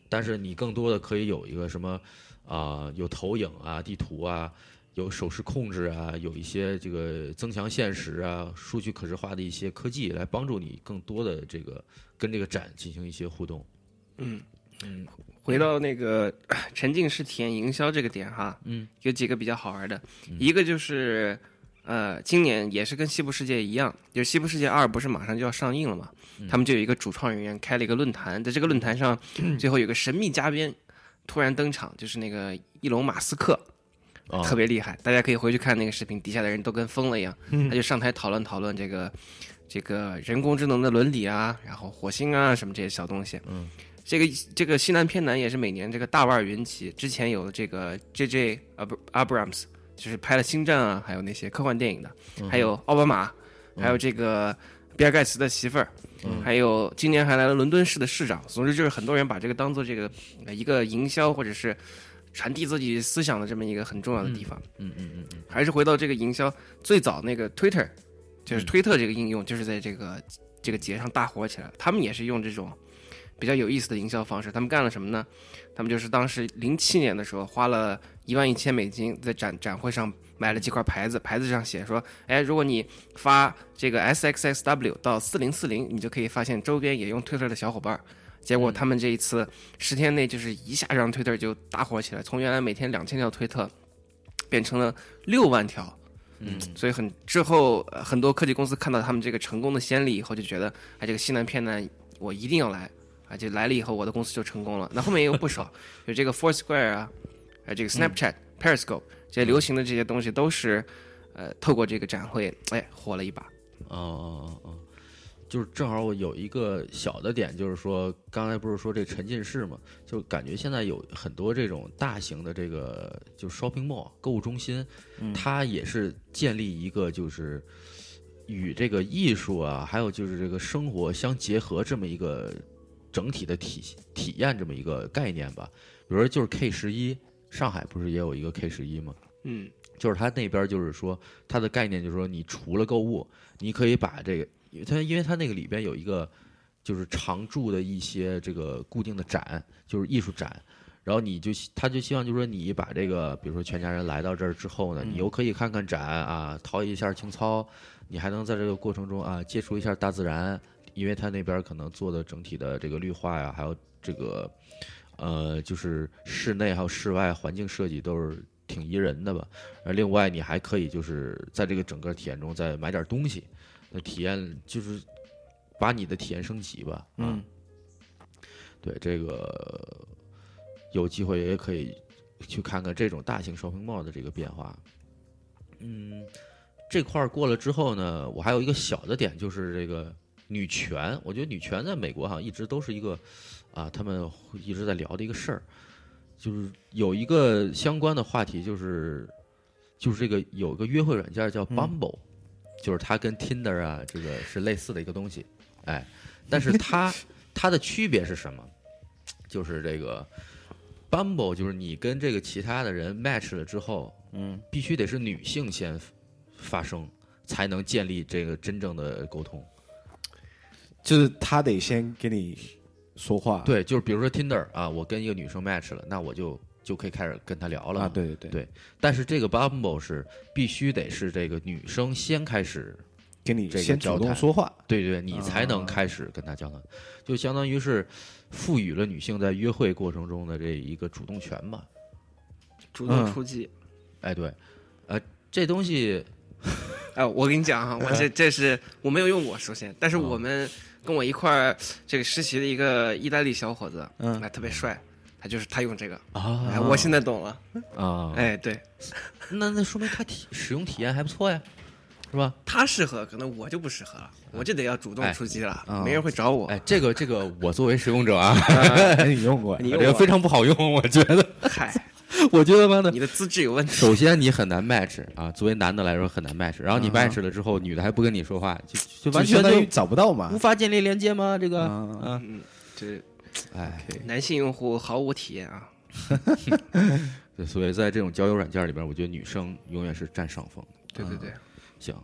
但是你更多的可以有一个什么啊、有投影啊、地图啊，有手势控制啊，有一些这个增强现实啊、数据可视化的一些科技来帮助你更多的这个跟这个展进行一些互动。 嗯嗯回到那个沉浸式体验营销这个点哈， 嗯有几个比较好玩的，一个就是呃，今年也是跟西部世界一样，就是西部世界二不是马上就要上映了嘛，他们就有一个主创人员开了一个论坛，在这个论坛上，最后有个神秘嘉宾突然登场，就是那个伊隆马斯克。 哦特别厉害，大家可以回去看那个视频，底下的人都跟疯了一样，他就上台讨论讨论这个这个人工智能的伦理啊，然后火星啊什么这些小东西。 嗯， 这个这个西南偏南也是每年这个大腕云集，之前有这个 J J Abrams， 就是拍了星战啊，还有那些科幻电影的，还有奥巴马，还有这个比尔盖茨的媳妇儿。 嗯还有今年还来了伦敦市的市长，总之就是很多人把这个当做这个呃一个营销或者是传递自己思想的这么一个很重要的地方。 嗯嗯嗯嗯还是回到这个营销，最早那个 Twitter， 就是推特这个应用，就是在这个这个节上大火起来了。他们也是用这种比较有意思的营销方式。他们干了什么呢？他们就是当时零七年的时候，花了一万一千美金在展展会上买了几块牌子，牌子上写说，哎，如果你发这个 S X X W 到四零四零，你就可以发现周边也用 Twitter 的小伙伴。结果他们这一次十天内就是一下让 Twitter 就大火起来，从原来每天两千条推特变成了六万条。 嗯， 所以很之后、呃、很多科技公司看到他们这个成功的先例以后，就觉得哎，这个西南偏南我一定要来啊！就来了以后，我的公司就成功了。那后面也有不少，有这个 Foursquare 啊，呃，这个 Snapchat、Periscope 这些流行的这些东西，都是呃透过这个展会哎火了一把。 哦哦哦哦，就是正好我有一个小的点，就是说刚才不是说这沉浸式嘛，就感觉现在有很多这种大型的这个就 shopping mall 购物中心，它也是建立一个就是与这个艺术啊，还有就是这个生活相结合这么一个整体的体体验这么一个概念吧。比如说就是 K 十一，上海不是也有一个 K 十一吗？ 嗯， 就是它那边就是说它的概念就是说，你除了购物，你可以把这个。它因为它那个里边有一个就是常驻的一些这个固定的展，就是艺术展，然后你就他就希望就是说你把这个比如说全家人来到这儿之后呢，你又可以看看展啊，陶冶一下情操，你还能在这个过程中啊接触一下大自然，因为它那边可能做的整体的这个绿化呀，还有这个呃就是室内还有室外环境设计都是挺宜人的吧。而另外你还可以就是在这个整个体验中再买点东西。那体验就是把你的体验升级吧， 嗯， 对，这个有机会也可以去看看这种大型 shopping mall 的这个变化。嗯，这块儿过了之后呢，我还有一个小的点，就是这个女权。我觉得女权在美国好像一直都是一个啊，他们一直在聊的一个事儿。就是有一个相关的话题，就是就是这个有个约会软件叫 Bumble。嗯，就是它跟 Tinder 啊，这个是类似的一个东西，哎，但是它它的区别是什么？就是这个 Bumble， 就是你跟这个其他的人 match 了之后，嗯，必须得是女性先发声，才能建立这个真正的沟通。 就是他得先给你说话。 对，就是比如说 Tinder 啊，我跟一个女生 match 了，那我就。就可以开始跟他聊了啊，对对对对，但是这个 Bumble 是必须得是这个女生先开始跟你这个先主动说话， 对对，你才能开始跟他交谈，啊、就相当于是赋予了女性在约会过程中的这一个主动权吧， 主动出击。 嗯、哎，对，呃，这东西， 哎，我跟你讲哈，我这这是我没有用过，首先，但是我们跟我一块儿这个实习的一个意大利小伙子，嗯，哎，特别帅。他就是他用这个啊、 哎，我现在懂了啊！ 哎，对， 那那说明他体使用体验还不错呀，是吧？ 他适合，可能我就不适合了，我就得要主动出击了， 哎、 没人会找我。 哎，这个这个，我作为使用者啊， 你用过， 你用这个非常不好用，我觉得。 嗨， 我觉得妈的， 你的资质有问题。 首先你很难 match 啊，作为男的来说很难 match， 然后你 match 了之后，女的还不跟你说话，就就完全就找不到嘛， 无法建立连接吗？这个， 嗯嗯，这， 哎， 男性用户毫无体验啊。 对，所以在这种交友软件里边，我觉得女生永远是占上风。 对对对， 嗯、行，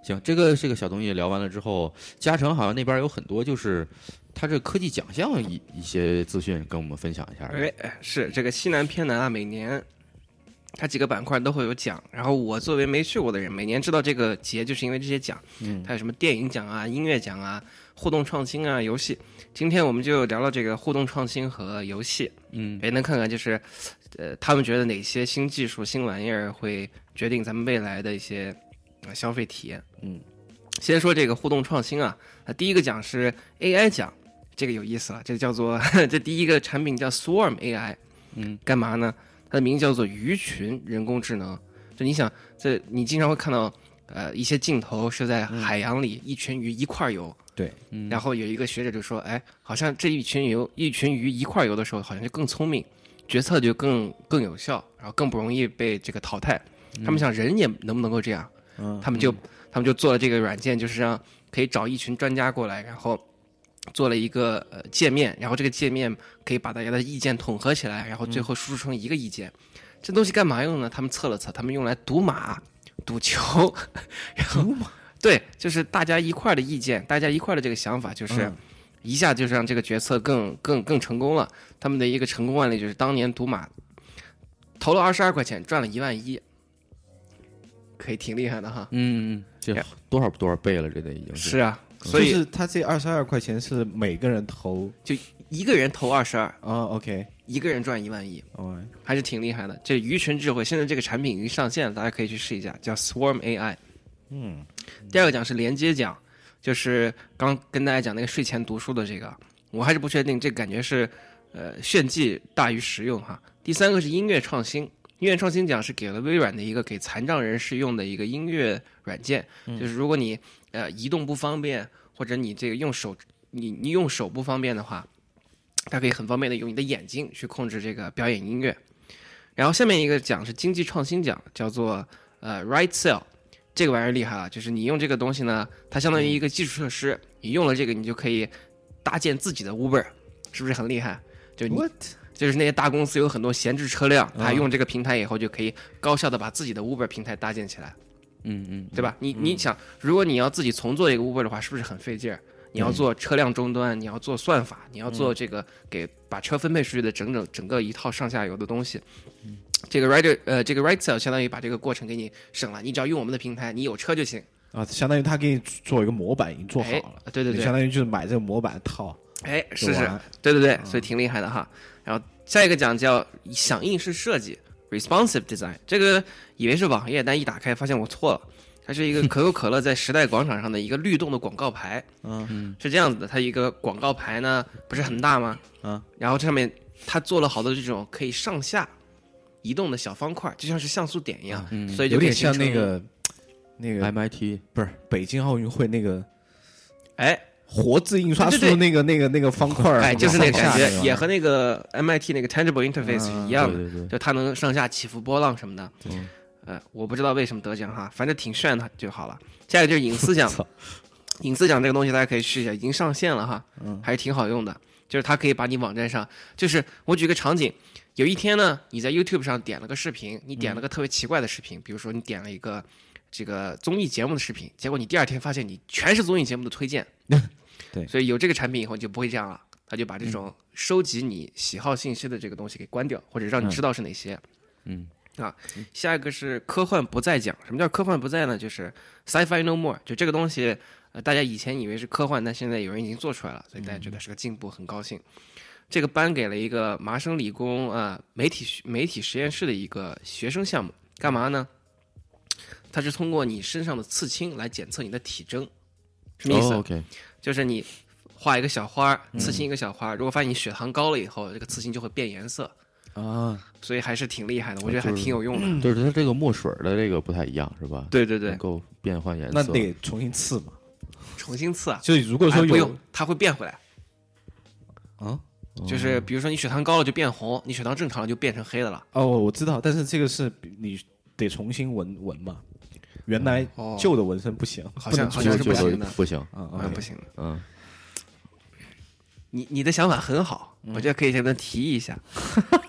行，这个这个小东西聊完了之后，嘉诚好像那边有很多就是他这科技奖项一一些资讯跟我们分享一下。 哎，是这个西南偏南啊，每年它几个板块都会有奖。然后我作为没去过的人，每年知道这个节，就是因为这些奖。嗯，它有什么电影奖啊、音乐奖啊、互动创新啊、游戏。今天我们就聊聊这个互动创新和游戏。 嗯， 也能看看就是，呃，他们觉得哪些新技术、新玩意儿会决定咱们未来的一些呃消费体验。 嗯， 先说这个互动创新啊，呃第一个奖是 A I 奖。这个有意思了，这个叫做这第一个产品叫 Swarm A I， 嗯，干嘛呢？它的名字叫做鱼群人工智能。就你想，这你经常会看到，呃，一些镜头是在海洋里、嗯、一群鱼一块游， 对， 嗯，然后有一个学者就说，哎，好像这一群游一群鱼一块游的时候，好像就更聪明，决策就更更有效，然后更不容易被这个淘汰。嗯、他们想人也能不能够这样？嗯，他们就、嗯、他们就做了这个软件，就是让可以找一群专家过来，然后做了一个呃界面，然后这个界面可以把大家的意见统合起来，然后最后输出成一个意见。嗯、这东西干嘛用呢？他们测了测，他们用来赌马、赌球。然后赌马？对，就是大家一块的意见，大家一块的这个想法，就是一下就是让这个决策更更更成功了。他们的一个成功案例就是当年赌马，投了二十二块钱，赚了一万一，可以挺厉害的哈。 嗯嗯，这多少多少倍了？这得已经是。 是啊。所以就是他这二十二块钱是每个人投， 就一个人投二十二啊 ，OK， 一个人赚一万亿，哦，还是挺厉害的。这鱼群智慧，现在这个产品已经上线了，大家可以去试一下，叫 Swarm A I。嗯，第二个奖是连接奖，就是刚跟大家讲那个睡前读书的这个，我还是不确定，这感觉是呃炫技大于实用哈。第三个是音乐创新。音乐创新奖是给了微软的一个给残障人士用的一个音乐软件，嗯、就是如果你呃移动不方便，或者你这个用手你你用手不方便的话，它可以很方便的用你的眼睛去控制这个表演音乐。然后下面一个奖是经济创新奖，叫做呃 Ride Cell， 这个玩意儿厉害了，就是你用这个东西呢，它相当于一个基础设施，你用了这个你就可以搭建自己的 Uber， 是不是很厉害？就你。What?就是那些大公司有很多闲置车辆，他用这个平台以后就可以高效的把自己的 Uber 平台搭建起来， 嗯嗯， 对吧？你你想，如果你要自己重做一个 Uber 的话，是不是很费劲儿？你要做车辆终端，你要做算法，你要做这个给把车分配出去的整整整个一套上下游的东西。这个 Rider 呃，这个 Ride Cell 相当于把这个过程给你省了，你只要用我们的平台，你有车就行啊。相当于他给你做一个模板已经做好了， 对对对， 相当于就是买这个模板套。 哎，是是，对对对，所以挺厉害的哈。然后下一个奖叫响应式设计 （Responsive Design）， 这个以为是网页，但一打开发现我错了，它是一个可口可乐在时代广场上的一个律动的广告牌。嗯，是这样子的，它一个广告牌呢不是很大吗？嗯，然后这上面它做了好多这种可以上下移动的小方块，就像是像素点一样，嗯、所以就有点像那个那个 M I T， 不是北京奥运会那个， 哎。 活字印刷术的那个那个那个方块， 哎，就是那个感觉，也和那个 M I T 那个 Tangible Interface 是一样的， 对对对， 就它能上下起伏波浪什么的。嗯，呃，我不知道为什么得奖哈，反正挺炫的就好了。下一个就是隐私奖，隐私奖这个东西大家可以试一下，已经上线了哈，还是挺好用的。就是它可以把你网站上，就是我举个场景，有一天呢，你在 YouTube 上点了个视频，你点了个特别奇怪的视频，比如说你点了一个这个综艺节目的视频，结果你第二天发现你全是综艺节目的推荐。 对， 所以有这个产品以后你就不会这样了，他就把这种收集你喜好信息的这个东西给关掉，或者让你知道是哪些。嗯，啊，下一个是科幻不在奖。什么叫科幻不在呢？就是 Sci-Fi No More， 就这个东西，呃，大家以前以为是科幻，但现在有人已经做出来了，所以大家觉得是个进步，很高兴。这个颁给了一个麻省理工啊、呃、媒体媒体实验室的一个学生项目，干嘛呢？它是通过你身上的刺青来检测你的体征。什么意思？ oh, okay. 就是你画一个小花，刺青一个小花，嗯、如果发现你血糖高了以后，这个刺青就会变颜色啊，所以还是挺厉害的，我觉得还挺有用的。 就是它这个墨水的这个不太一样，是吧？ 对对对， 能够变换颜色。 那得重新刺嘛？ 重新刺啊？ 就是如果说有、 哎、不用，它会变回来。 啊？ 就是比如说你血糖高了就变红，你血糖正常了就变成黑的了。 哦，我知道，但是这个是你得重新纹纹嘛。原来旧的纹身不行， 哦、好像好像是不行的， 不行， 啊、嗯，不行， 嗯。 你你的想法很好，嗯、我觉得可以跟他提一下。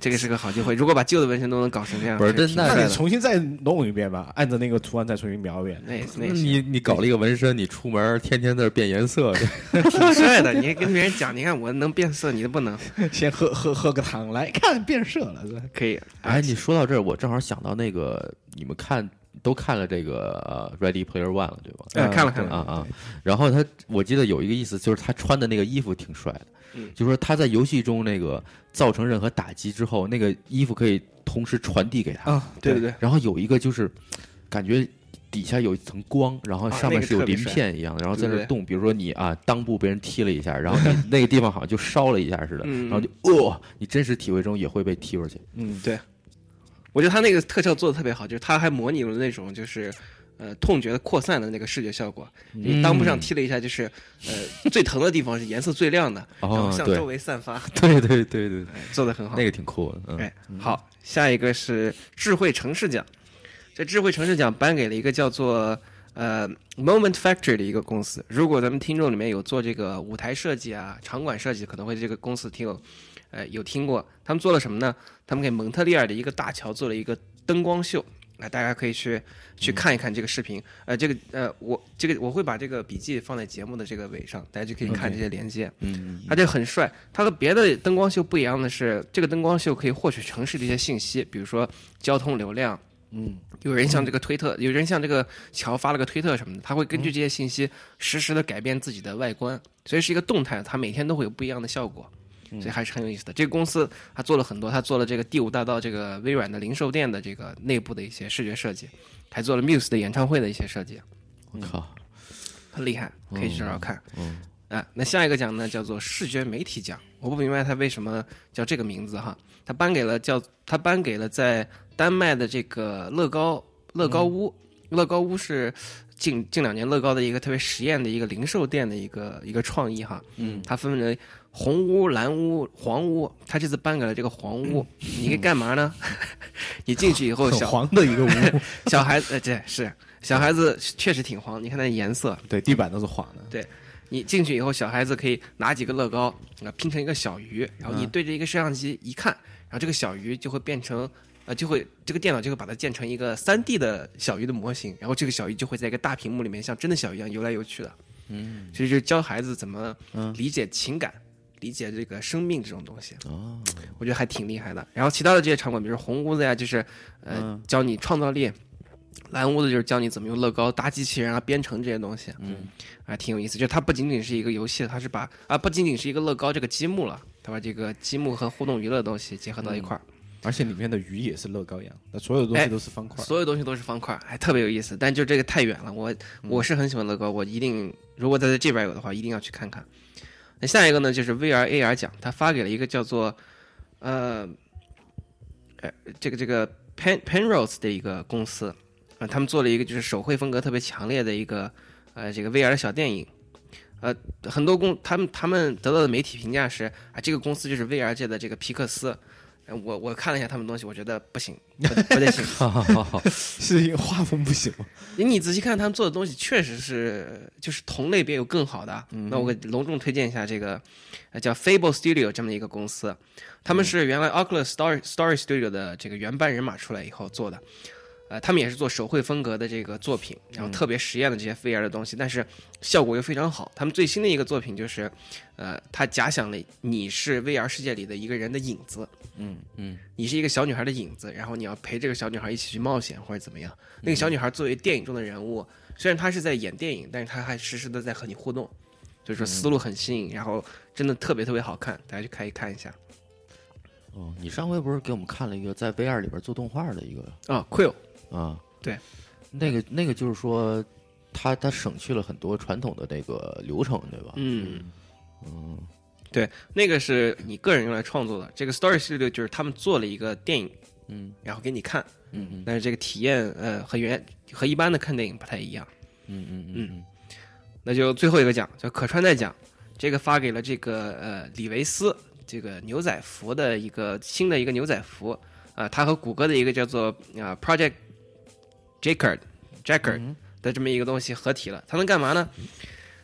这个是个好机会。如果把旧的纹身都能搞成这样， 不是这挺那那你帅的重新再弄一遍吧，按照那个图案再重新描一遍。 那那你你搞了一个纹身，你出门天天在这变颜色， 挺帅的。你还跟别人讲，你看我能变色，你都不能， 先喝喝喝个汤，来看变色了是吧？ 可以。 哎，你说到这儿，我正好想到那个，你们看都看了这个呃《Ready Player One》了，对吧？ 呃看了看了啊啊！然后他，我记得有一个意思，就是他穿的那个衣服挺帅的， 嗯就是说他在游戏中那个造成任何打击之后，那个衣服可以同时传递给他。 啊，对对对， 然后有一个就是感觉底下有一层光，然后上面是有鳞片一样的，然后在那对对动。比如说你啊，裆部被人踢了一下，然后你那个地方好像就烧了一下似的， 嗯然后就哦，你真实体会中也会被踢出去。 嗯， 对。我觉得他那个特效做的特别好，就是他还模拟了那种就是，呃，痛觉的扩散的那个视觉效果。你裆部上踢了一下，就是，呃，最疼的地方是颜色最亮的， 哦然后向对周围散发， 对对对对， 做的很好。 那个挺酷的。嗯， 哎，好，下一个是智慧城市奖。这智慧城市奖颁给了一个叫做呃 Moment Factory 的一个公司。如果咱们听众里面有做这个舞台设计啊、场馆设计，可能会这个公司听有呃有听过。他们做了什么呢？他们给蒙特利尔的一个大桥做了一个灯光秀。啊、大家可以去去看一看这个视频。呃，这个呃，我这个我会把这个笔记放在节目的这个尾上，大家就可以看这些连接。 嗯， 它这很帅。它和别的灯光秀不一样的是，这个灯光秀可以获取城市的一些信息，比如说交通流量。 嗯， 有人向这个推特，有人向这个桥发了个推特什么的，他会根据这些信息实时的改变自己的外观，所以是一个动态的，它每天都会有不一样的效果。所以还是很有意思的。这个公司它做了很多，它做了这个第五大道这个微软的零售店的这个内部的一些视觉设计，还做了 Muse 的演唱会的一些设计， 我靠， 很厉害，可以去找找看。 嗯， 啊，那下一个奖呢叫做视觉媒体奖，我不明白它为什么叫这个名字哈。它颁给了叫它颁给了在丹麦的这个乐高乐高屋，嗯、乐高屋是近近两年乐高的一个特别实验的一个零售店的一个一个创意哈。嗯，它分为红屋、蓝屋、黄屋，它这次颁给了这个黄屋，你可以干嘛呢？你进去以后小， 很黄的一个屋， 小孩子，呃，这是小孩子确实挺黄，你看那颜色， 对，地板都是黄的。 对，你进去以后，小孩子可以拿几个乐高啊拼成一个小鱼，然后你对着一个摄像机一看，然后这个小鱼就会变成。呃，就会这个电脑就会把它建成一个三 D 的小鱼的模型，然后这个小鱼就会在一个大屏幕里面像真的小鱼一样游来游去的。嗯，所以就是教孩子怎么理解情感、嗯、理解这个生命这种东西。哦，我觉得还挺厉害的。然后其他的这些场馆，比如说红屋子呀，就是呃、嗯、教你创造力；蓝屋子就是教你怎么用乐高搭机器人啊、编程这些东西。嗯，还挺有意思。就它不仅仅是一个游戏，它是把啊不仅仅是一个乐高这个积木了，它把这个积木和互动娱乐的东西结合到一块儿。嗯， 而且里面的鱼也是乐高一样，那所有东西都是方块、 哎，所有东西都是方块，还特别有意思。但就这个太远了，我我是很喜欢乐高，我一定如果在这边有的话，一定要去看看。那下一个呢，就是 V R A R 奖，他发给了一个叫做呃呃这个这个 Pen Penrose 的一个公司啊、呃，他们做了一个就是手绘风格特别强烈的一个呃这个 V R 的小电影。呃，很多公他们他们得到的媒体评价是啊，这个公司就是 V R 界的这个皮克斯。我我看了一下他们东西，我觉得不行，不不太行。 好好好， 是因为画风不行吗？ 你你仔细看他们做的东西，确实是就是同类别有更好的。嗯、那我给隆重推荐一下这个，呃，叫 Fable Studio 这么的一个公司，他们是原来 Oculus Story Story Studio 的这个原班人马出来以后做的。呃，他们也是做手绘风格的这个作品，然后特别实验的这些 V R 的东西，但是效果又非常好。他们最新的一个作品就是，呃，他假想了你是 V R 世界里的一个人的影子，嗯嗯，你是一个小女孩的影子，然后你要陪这个小女孩一起去冒险或者怎么样。那个小女孩作为电影中的人物，虽然她是在演电影，但是她还实时的在和你互动，所以说思路很新颖，然后真的特别特别好看，大家去可以看一下。 哦，你上回不是给我们看了一个在 V R 里边做动画的一个啊 Quill。 啊， 对， 那个那个就是说，他他省去了很多传统的那个流程，对吧？ 嗯嗯，对，那个是你个人用来创作的。这个 Story Studio 就是他们做了一个电影，嗯，然后给你看，嗯嗯，但是这个体验呃和原和一般的看电影不太一样，嗯嗯嗯嗯。那就最后一个奖叫可穿戴奖，这个发给了这个呃李维斯这个牛仔服的一个新的一个牛仔服啊、呃，它和谷歌的一个叫做啊、呃、Project Jacquard Jacquard 的这么一个东西合体了，它能干嘛呢？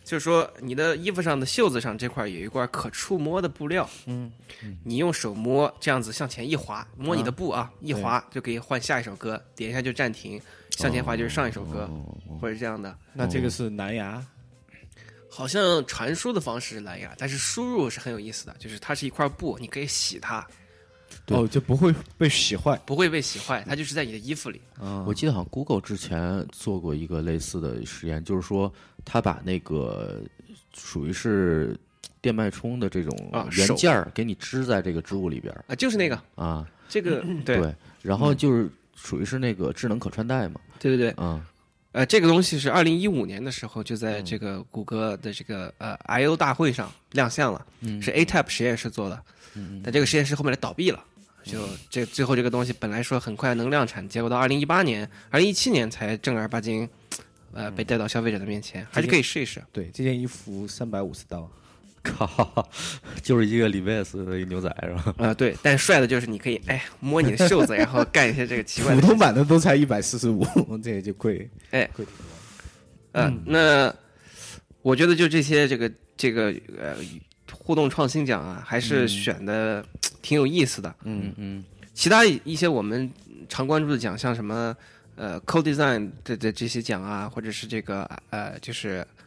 就是说你的衣服上的袖子上这块有一块可触摸的布料， 嗯， 你用手摸，这样子向前一滑，摸你的布啊，一滑就可以换下一首歌，点一下就暂停，向前滑就是上一首歌，或者这样的。 那这个是蓝牙， 好像传输的方式是蓝牙，但是输入是很有意思的，就是它是一块布，你可以洗它， 哦，就不会被洗坏。 不会被洗坏，它就是在你的衣服里。 我记得好像 Google 之前做过一个类似的实验，就是说他把那个属于是电脉冲的这种啊元件儿给你织在这个织物里边儿啊，就是那个啊， 这个对对，然后就是属于是那个智能可穿戴嘛， 对对对， 啊， 呃，这个东西是二零一五年的时候就在这个谷歌的这个呃 I O 大会上亮相了，是 A T A P 实验室做的，但这个实验室后面倒闭了。就这最后这个东西本来说很快能量产，结果到二零一八年、二零一七年才正儿八经，呃，被带到消费者的面前，还是可以试一试。 对，这件衣服三百五十刀。 靠，就是一个 Levi's 的一个牛仔是吧？ 啊、对，但帅的就是你可以哎摸你的袖子，然后干一些这个奇怪的普事情。 通版的都才一百四十五，这也就贵。 哎， 贵呃，那我觉得就这些这个这个呃互动创新奖啊，还是选的挺有意思的。 嗯嗯， 其他一些我们常关注的奖，像什么呃 Co-Design 的的这些奖啊，或者是这个呃就是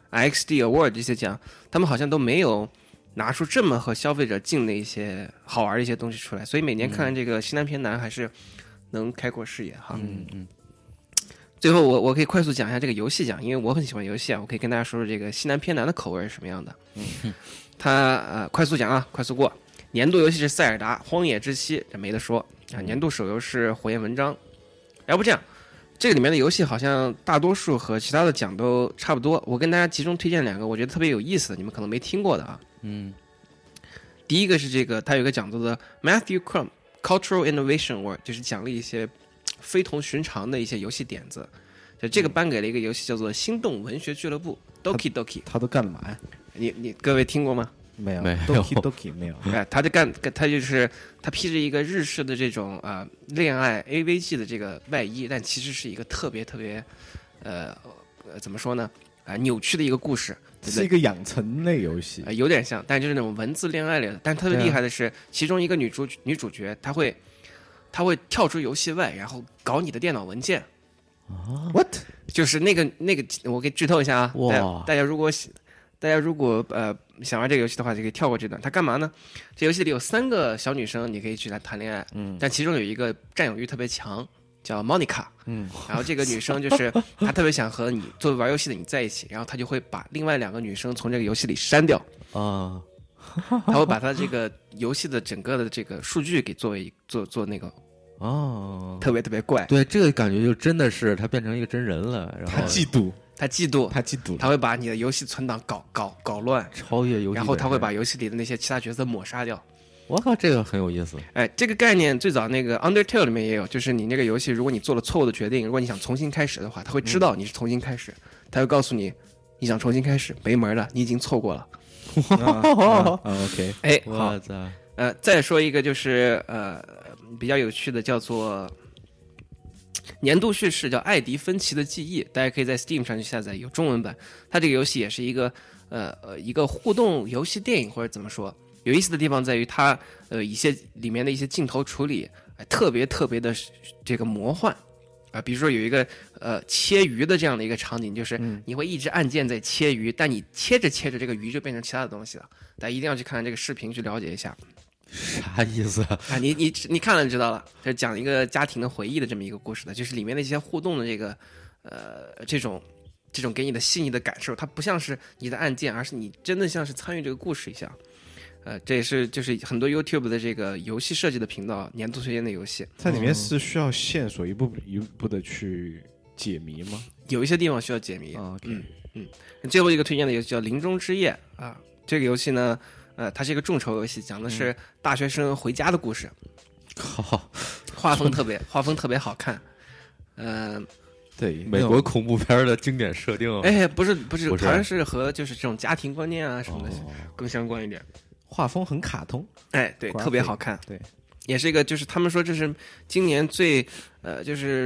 X D Award 这些奖，他们好像都没有拿出这么和消费者近的一些好玩的一些东西出来。所以每年看看这个西南偏南，还是能开阔视野哈。 嗯嗯。 最后我我可以快速讲一下这个游戏奖，因为我很喜欢游戏啊，我可以跟大家说说这个西南偏南的口味是什么样的。嗯，它呃快速讲啊，快速过。年度游戏是塞尔达荒野之息，这没得说啊。年度手游是火焰纹章。要不这样，这个里面的游戏好像大多数和其他的奖都差不多，我跟大家集中推荐两个我觉得特别有意思的，你们可能没听过的啊。 嗯， 第一个是这个，它有一个讲座的 Matthew Crumb Cultural Innovation Award， 就是奖励一些非同寻常的一些游戏点子。就这个颁给了一个游戏叫做心动文学俱乐部 Doki Doki。 他都干了嘛呀？ 你你各位听过吗？ 没有， 没有 Doki Doki 没有。 哎，他就干，他就是他披着一个日式的这种啊、呃、恋爱 A V G 的这个外衣，但其实是一个特别特别，呃呃怎么说呢？啊、呃，扭曲的一个故事，对不对？ 是一个养成类游戏， 呃，有点像，但就是那种文字恋爱类的。但特别厉害的是，其中一个女主女主角，她会她会跳出游戏外，然后搞你的电脑文件。 啊 What？ 就是那个那个，我给剧透一下啊！ 哇大家大家如果大家如果呃想玩这个游戏的话，就可以跳过这段。他干嘛呢？这游戏里有三个小女生，你可以去来谈恋爱。嗯，但其中有一个占有欲特别强，叫 Monica。嗯，然后这个女生就是她特别想和你作为玩游戏的你在一起，然后她就会把另外两个女生从这个游戏里删掉。 啊， 她会把她这个游戏的整个的这个数据给作为做做那个哦， 特别特别怪。 对，这个感觉就真的是他变成一个真人了，然后他嫉妒， 她嫉妒， 他嫉妒， 她会把你的游戏存档搞搞搞乱。 超越游戏， 然后他会把游戏里的那些其他角色抹杀掉。 我靠，这个很有意思。 哎，这个概念最早那个 Undertale 里面也有，就是你那个游戏，如果你做了错误的决定，如果你想重新开始的话，他会知道你是重新开始，他会告诉你，你想重新开始没门了，你已经错过了。 啊 OK， 哎，好我，操， 呃，再说一个就是呃比较有趣的，叫做年度叙事，叫《艾迪芬奇的记忆》，大家可以在 Steam 上去下载，有中文版。它这个游戏也是一个呃呃一个互动游戏电影，或者怎么说，有意思的地方在于它呃一些里面的一些镜头处理，呃、特别特别的这个魔幻。啊，比如说有一个呃切鱼的这样的一个场景，就是你会一直按键在切鱼，但你切着切着，这个鱼就变成其他的东西了。大家一定要去看看这个视频，去了解一下。 啥意思啊？ 啊，你你你看了就知道了，这讲一个家庭的回忆的这么一个故事的，就是里面的一些互动的这个呃这种这种给你的细腻的感受，它不像是你的按键，而是你真的像是参与这个故事一样。呃，这也是就是很多 YouTube 的这个游戏设计的频道年度推荐的游戏， 它里面是需要线索一步一步的去解谜吗？ 有一些地方需要解谜。 啊，OK， 嗯嗯。最后一个推荐的游戏叫《林中之夜》啊，这个游戏呢，呃，它是一个众筹游戏，讲的是大学生回家的故事。 靠， 画风特别，画风特别好看。嗯、呃， 对， 美国恐怖片的经典设定。 哎，不是不是， 不是好像是和就是这种家庭观念啊什么的、 哦更相关一点。 画风很卡通， 哎，对， Graphic 特别好看。 对， 也是一个，就是他们说这是今年最呃，就是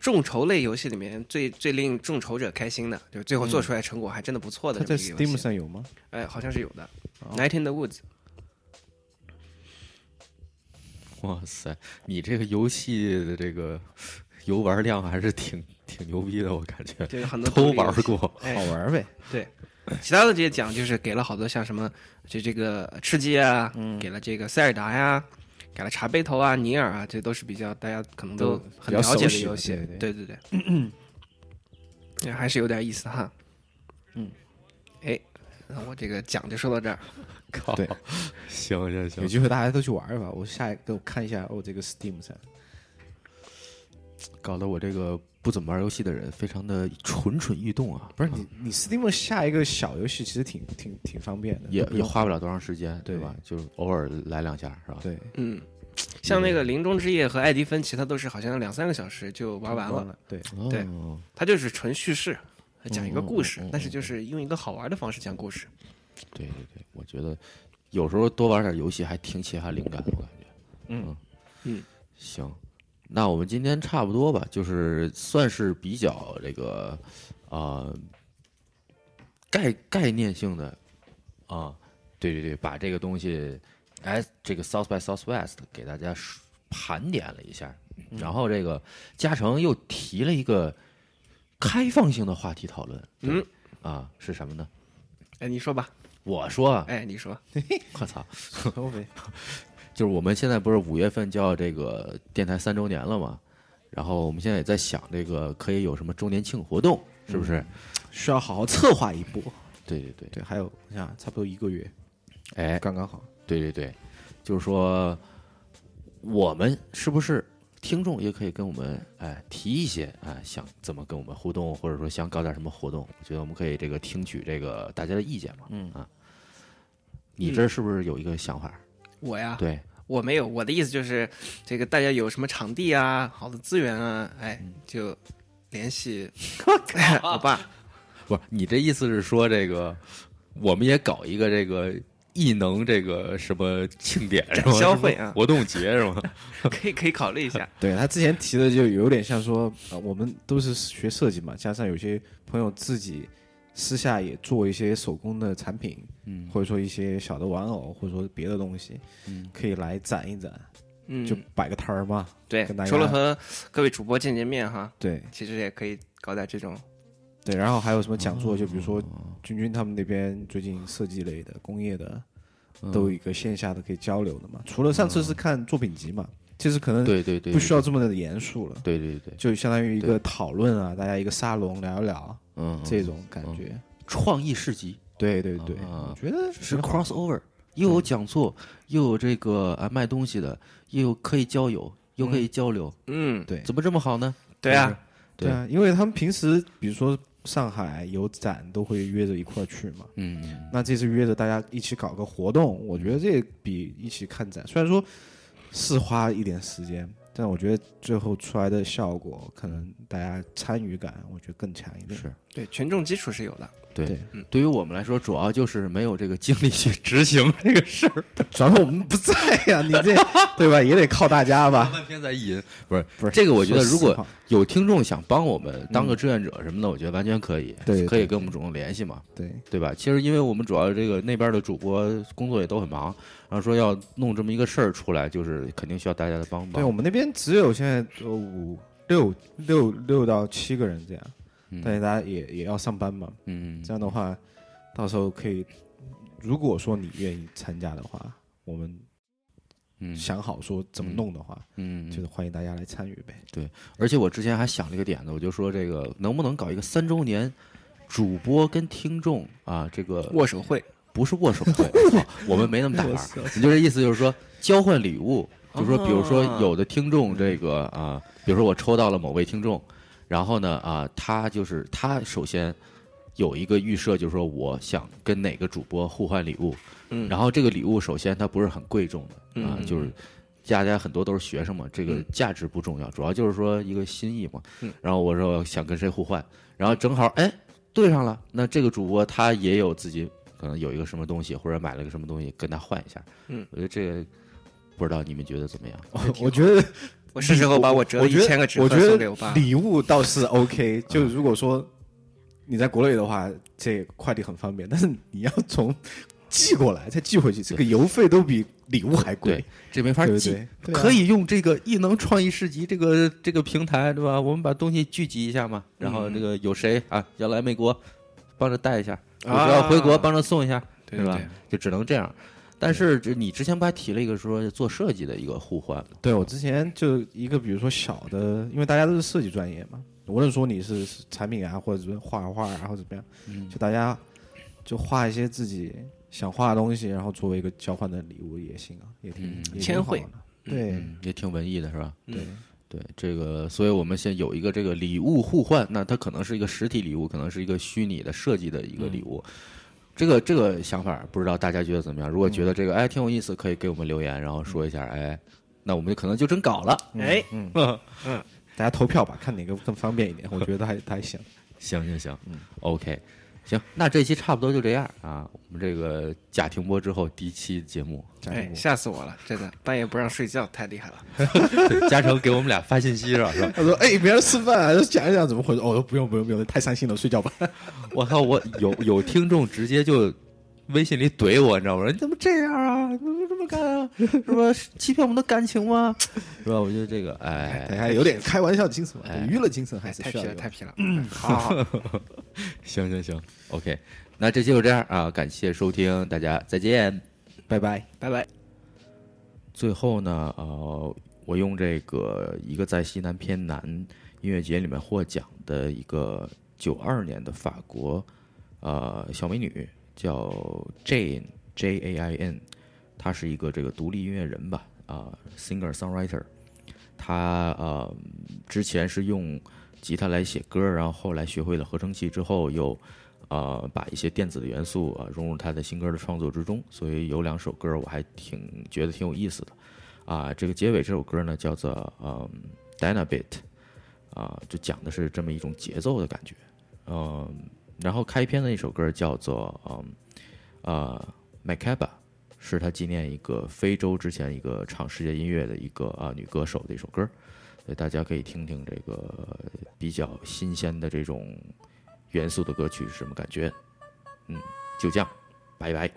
众筹类游戏里面最最令众筹者开心的，就是最后做出来成果还真的不错的它在这么一个游 Steam 戏。 上有吗？ 哎，好像是有的。 哦 Night in the Woods， 哇塞，你这个游戏的这个游玩量还是挺挺牛逼的，我感觉这个很多都独立游戏。 玩过。 哎好玩呗。 对，其他的这些奖就是给了好多像什么，就这个吃鸡啊， 嗯给了这个塞尔达呀，给了茶杯头啊、尼尔啊，这都是比较大家可能都都很了解的比较熟悉的游戏。 对对对对对，也还是有点意思哈。 嗯， 哎，那我这个奖就说到这儿。 靠， 对， 行行有行， 机会大家都去玩一玩。我下一个我看一下哦，这个 Steam 上， 搞得我这个不怎么玩游戏的人非常的蠢蠢欲动啊！ 不是你你 Steam 下一个小游戏其实挺挺挺方便的， 也都不用也花不了多长时间， 对吧？就偶尔来两下，是吧？ 对嗯，像那个《林中之夜》和《艾迪芬奇》，它都是好像两三个小时就玩完了。 了。对， 对哦它就是纯叙事，讲一个故事嗯嗯嗯嗯， 但是就是用一个好玩的方式讲故事。 对对对，我觉得有时候多玩点游戏还挺启发灵感的，我感觉。 嗯嗯， 行，那我们今天差不多吧，就是算是比较这个呃概概念性的啊，对对对，把这个东西哎这个 South by Southwest 给大家说盘点了一下，然后这个嘉诚又提了一个开放性的话题讨论， 嗯啊是什么呢？ 哎，你说吧。 我说啊， 哎，你说。 我操！ 收费就是我们现在不是五月份就要这个电台三周年了嘛，然后我们现在也在想这个可以有什么周年庆活动，是不是？ 需要好好策划一波。 对对对， 对，还有我想差不多一个月， 哎， 刚刚好。 对对对，就是说我们是不是听众也可以跟我们哎提一些哎想怎么跟我们互动，或者说想搞点什么活动，我觉得我们可以这个听取这个大家的意见嘛。 嗯啊，你这是不是有一个想法？ 我呀， 对， 我没有，我的意思就是，这个大家有什么场地啊、好的资源啊，哎，就联系我爸。 不是你这意思是说这个我们也搞一个这个艺能这个什么庆典是吗？ 展销会啊什么活动节是吗？ 可以可以考虑一下。 对他之前提的就有点像说，呃，我们都是学设计嘛，加上有些朋友自己私下也做一些手工的产品， 嗯或者说一些小的玩偶，或者说别的东西， 嗯可以来展一展， 嗯， 就摆个摊儿嘛。 对跟大，家除了和各位主播见见面哈， 对其实也可以搞点这种。 对，然后还有什么讲座，就比如说哦君君他们那边最近设计类的、工业的， 嗯都有一个线下的可以交流的嘛。除了上次是看作品集嘛，其实可能对对对， 不需要这么的严肃了， 对对对， 就相当于一对个讨论啊，大家一个沙龙聊一聊嗯，嗯这种感觉。 创意市集对对对， 啊我觉得是挺好 crossover，又有讲座，又有这个啊卖东西的，又有可以交友，又可以交流， 嗯， 对怎么这么好呢？ 对啊， 对对啊，因为他们平时比如说上海有展都会约着一块儿去嘛， 嗯嗯那这次约着大家一起搞个活动，我觉得这比一起看展虽然说是花一点时间，但我觉得最后出来的效果可能大家参与感我觉得更强一点。 是对，群众基础是有的。 对对， 对于我们来说，主要就是没有这个精力去执行这个事儿。 主要是我们不在呀、你这对吧？也得靠大家吧。 半天在引，不是不是这个，我觉得如果说实话有听众想帮我们当个志愿者什么的，我觉得完全可以， 对对可以跟我们主动联系嘛， 对对吧？其实因为我们主要这个那边的主播工作也都很忙，然后说要弄这么一个事儿出来，就是肯定需要大家的帮对， 忙。 我们那边只有现在呃五六六六到七个人这样， 嗯但是大家也也要上班嘛， 嗯， 这样的话，到时候可以，如果说你愿意参加的话，我们嗯想好说怎么弄的话， 嗯， 就是欢迎大家来参与呗。 而且我之前还想了一个点子，我就说这个能不能搞一个三周年主播跟听众啊，这个握手会。 不是握手会，操我们没那么大牌儿。你就这意思，就是说交换礼物，就是说，比如说有的听众这个啊，比如说我抽到了某位听众，然后呢啊，他就是他首先有一个预设，就是说我想跟哪个主播互换礼物， 嗯， 然后这个礼物首先它不是很贵重的啊， 嗯就是大家很多都是学生嘛，这个价值不重要，主要就是说一个心意嘛。 嗯然后我说想跟谁互换，然后正好哎对上了，那这个主播他也有自己可能有一个什么东西，或者买了个什么东西跟他换一下。 嗯， 我觉得这个不知道你们觉得怎么样？ 我觉得我是时候把我折的一我觉得千个纸鹤我觉得送给我爸。 礼物倒是 OK，就如果说你在国内的话，这快递很方便，但是你要从寄过来再寄回去，这个邮费都比礼物还贵对。，这没法寄。 对不对？对啊可以用这个艺能创意市集这个这个平台，对吧？我们把东西聚集一下嘛，然后这个有谁啊要来美国，帮着带一下；有谁要回国，帮着送一下，是吧对对对？ 就只能这样。但是这你之前不还提了一个说做设计的一个互换吗？ 对，我之前就一个，比如说小的，因为大家都是设计专业嘛，无论说你是产品啊，或者是画画啊，或者怎么样， 嗯就大家就画一些自己想画的东西，然后作为一个交换的礼物也行啊，也挺、 嗯也挺签绘好的。对、 嗯，也挺文艺的是吧？ 对， 对，这个，所以我们现在有一个这个礼物互换，那它可能是一个实体礼物，可能是一个虚拟的设计的一个礼物。这个这个想法，不知道大家觉得怎么样？如果觉得这个哎挺有意思，可以给我们留言，然后说一下，哎，那我们可能就真搞了。 哎， 大家投票吧，看哪个更方便一点，我觉得还还行。 行行行，嗯，OK，行，那这期差不多就这样啊。我们这个假停播之后第一期节目， 哎，吓死我了，真的，半夜不让睡觉，太厉害了。 对嘉诚给我们俩发信息是吧？说他说：“哎，别人吃饭啊，讲一讲怎么回事。”哦，我说不用不用不用，太伤心了，睡觉吧。 我靠，我有有听众直接就微信里怼我，你知道吗？你怎么这样啊？你怎么这么干啊？是吧？欺骗我们的感情吗？是吧？我觉得这个，哎， 大家有点开玩笑精神嘛， 哎娱乐精神还是太皮了， 需要有。 太皮了。嗯，好好， 行行行 ，OK，那这期就这样啊，感谢收听，大家再见。 拜拜。 拜拜。 最后呢，呃，我用这个一个在西南偏南音乐节里面获奖的一个九二年的法国呃小美女，叫 Jane J A I N， 她是一个这个独立音乐人吧，啊、呃、，singer songwriter。她呃之前是用吉他来写歌，然后后来学会了合成器之后又。呃，把一些电子的元素啊、呃、融入他的新歌的创作之中，所以有两首歌我还挺觉得挺有意思的啊。这个结尾这首歌呢叫做嗯 Dynabit 啊，就讲的是这么一种节奏的感觉，嗯，然后开篇的那首歌叫做嗯呃 Makeba， 是他纪念一个非洲之前一个唱世界音乐的一个啊、呃、女歌手的一首歌，所以大家可以听听这个比较新鲜的这种。元素的歌曲是什么感觉？嗯，就这样，拜拜。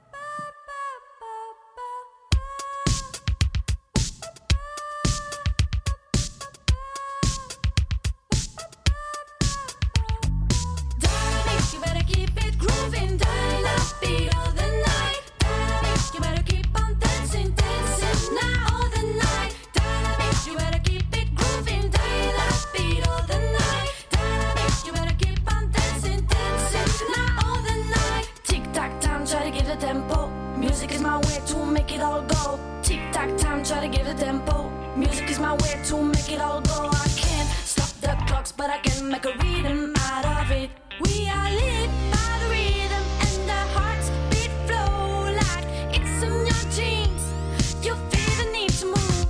You better keep it grooving, Dynabit all the night. Dynabit, you better keep on dancing, dancing now all the night. Dynabit, you better keep it grooving, Dynabit all the night. Dynabit, you better keep on dancing, dancing now all the night. Tick tock time, try to give the tempo. Music is my way to make it all go. Tick tock time, try to give the tempo. Music is my way to make it all go. I can't stop the clocks, but I can make a rhythm out of it. We are lit by the rhythm and the hearts beat flow like it's in your jeans. You feel the need to move.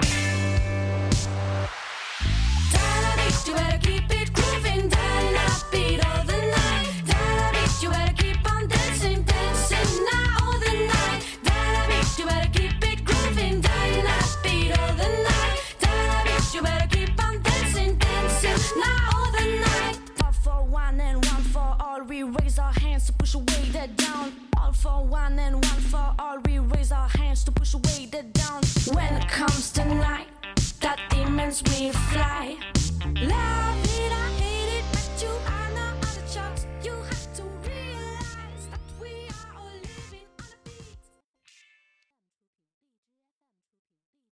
Dynabit, you better keep it grooving. Dynabit all the night. Dynabit, you better keep on dancing, dancing now all the night. Dynabit, you better keep it grooving. Dynabit all the night. Dynabit, you better keep on dancing, dancing now all the night. All for one and one for all, we raise our hands to push away the down. All for one and one for all, we raise our hands to push away the down. When it comes to night, that demons will fly.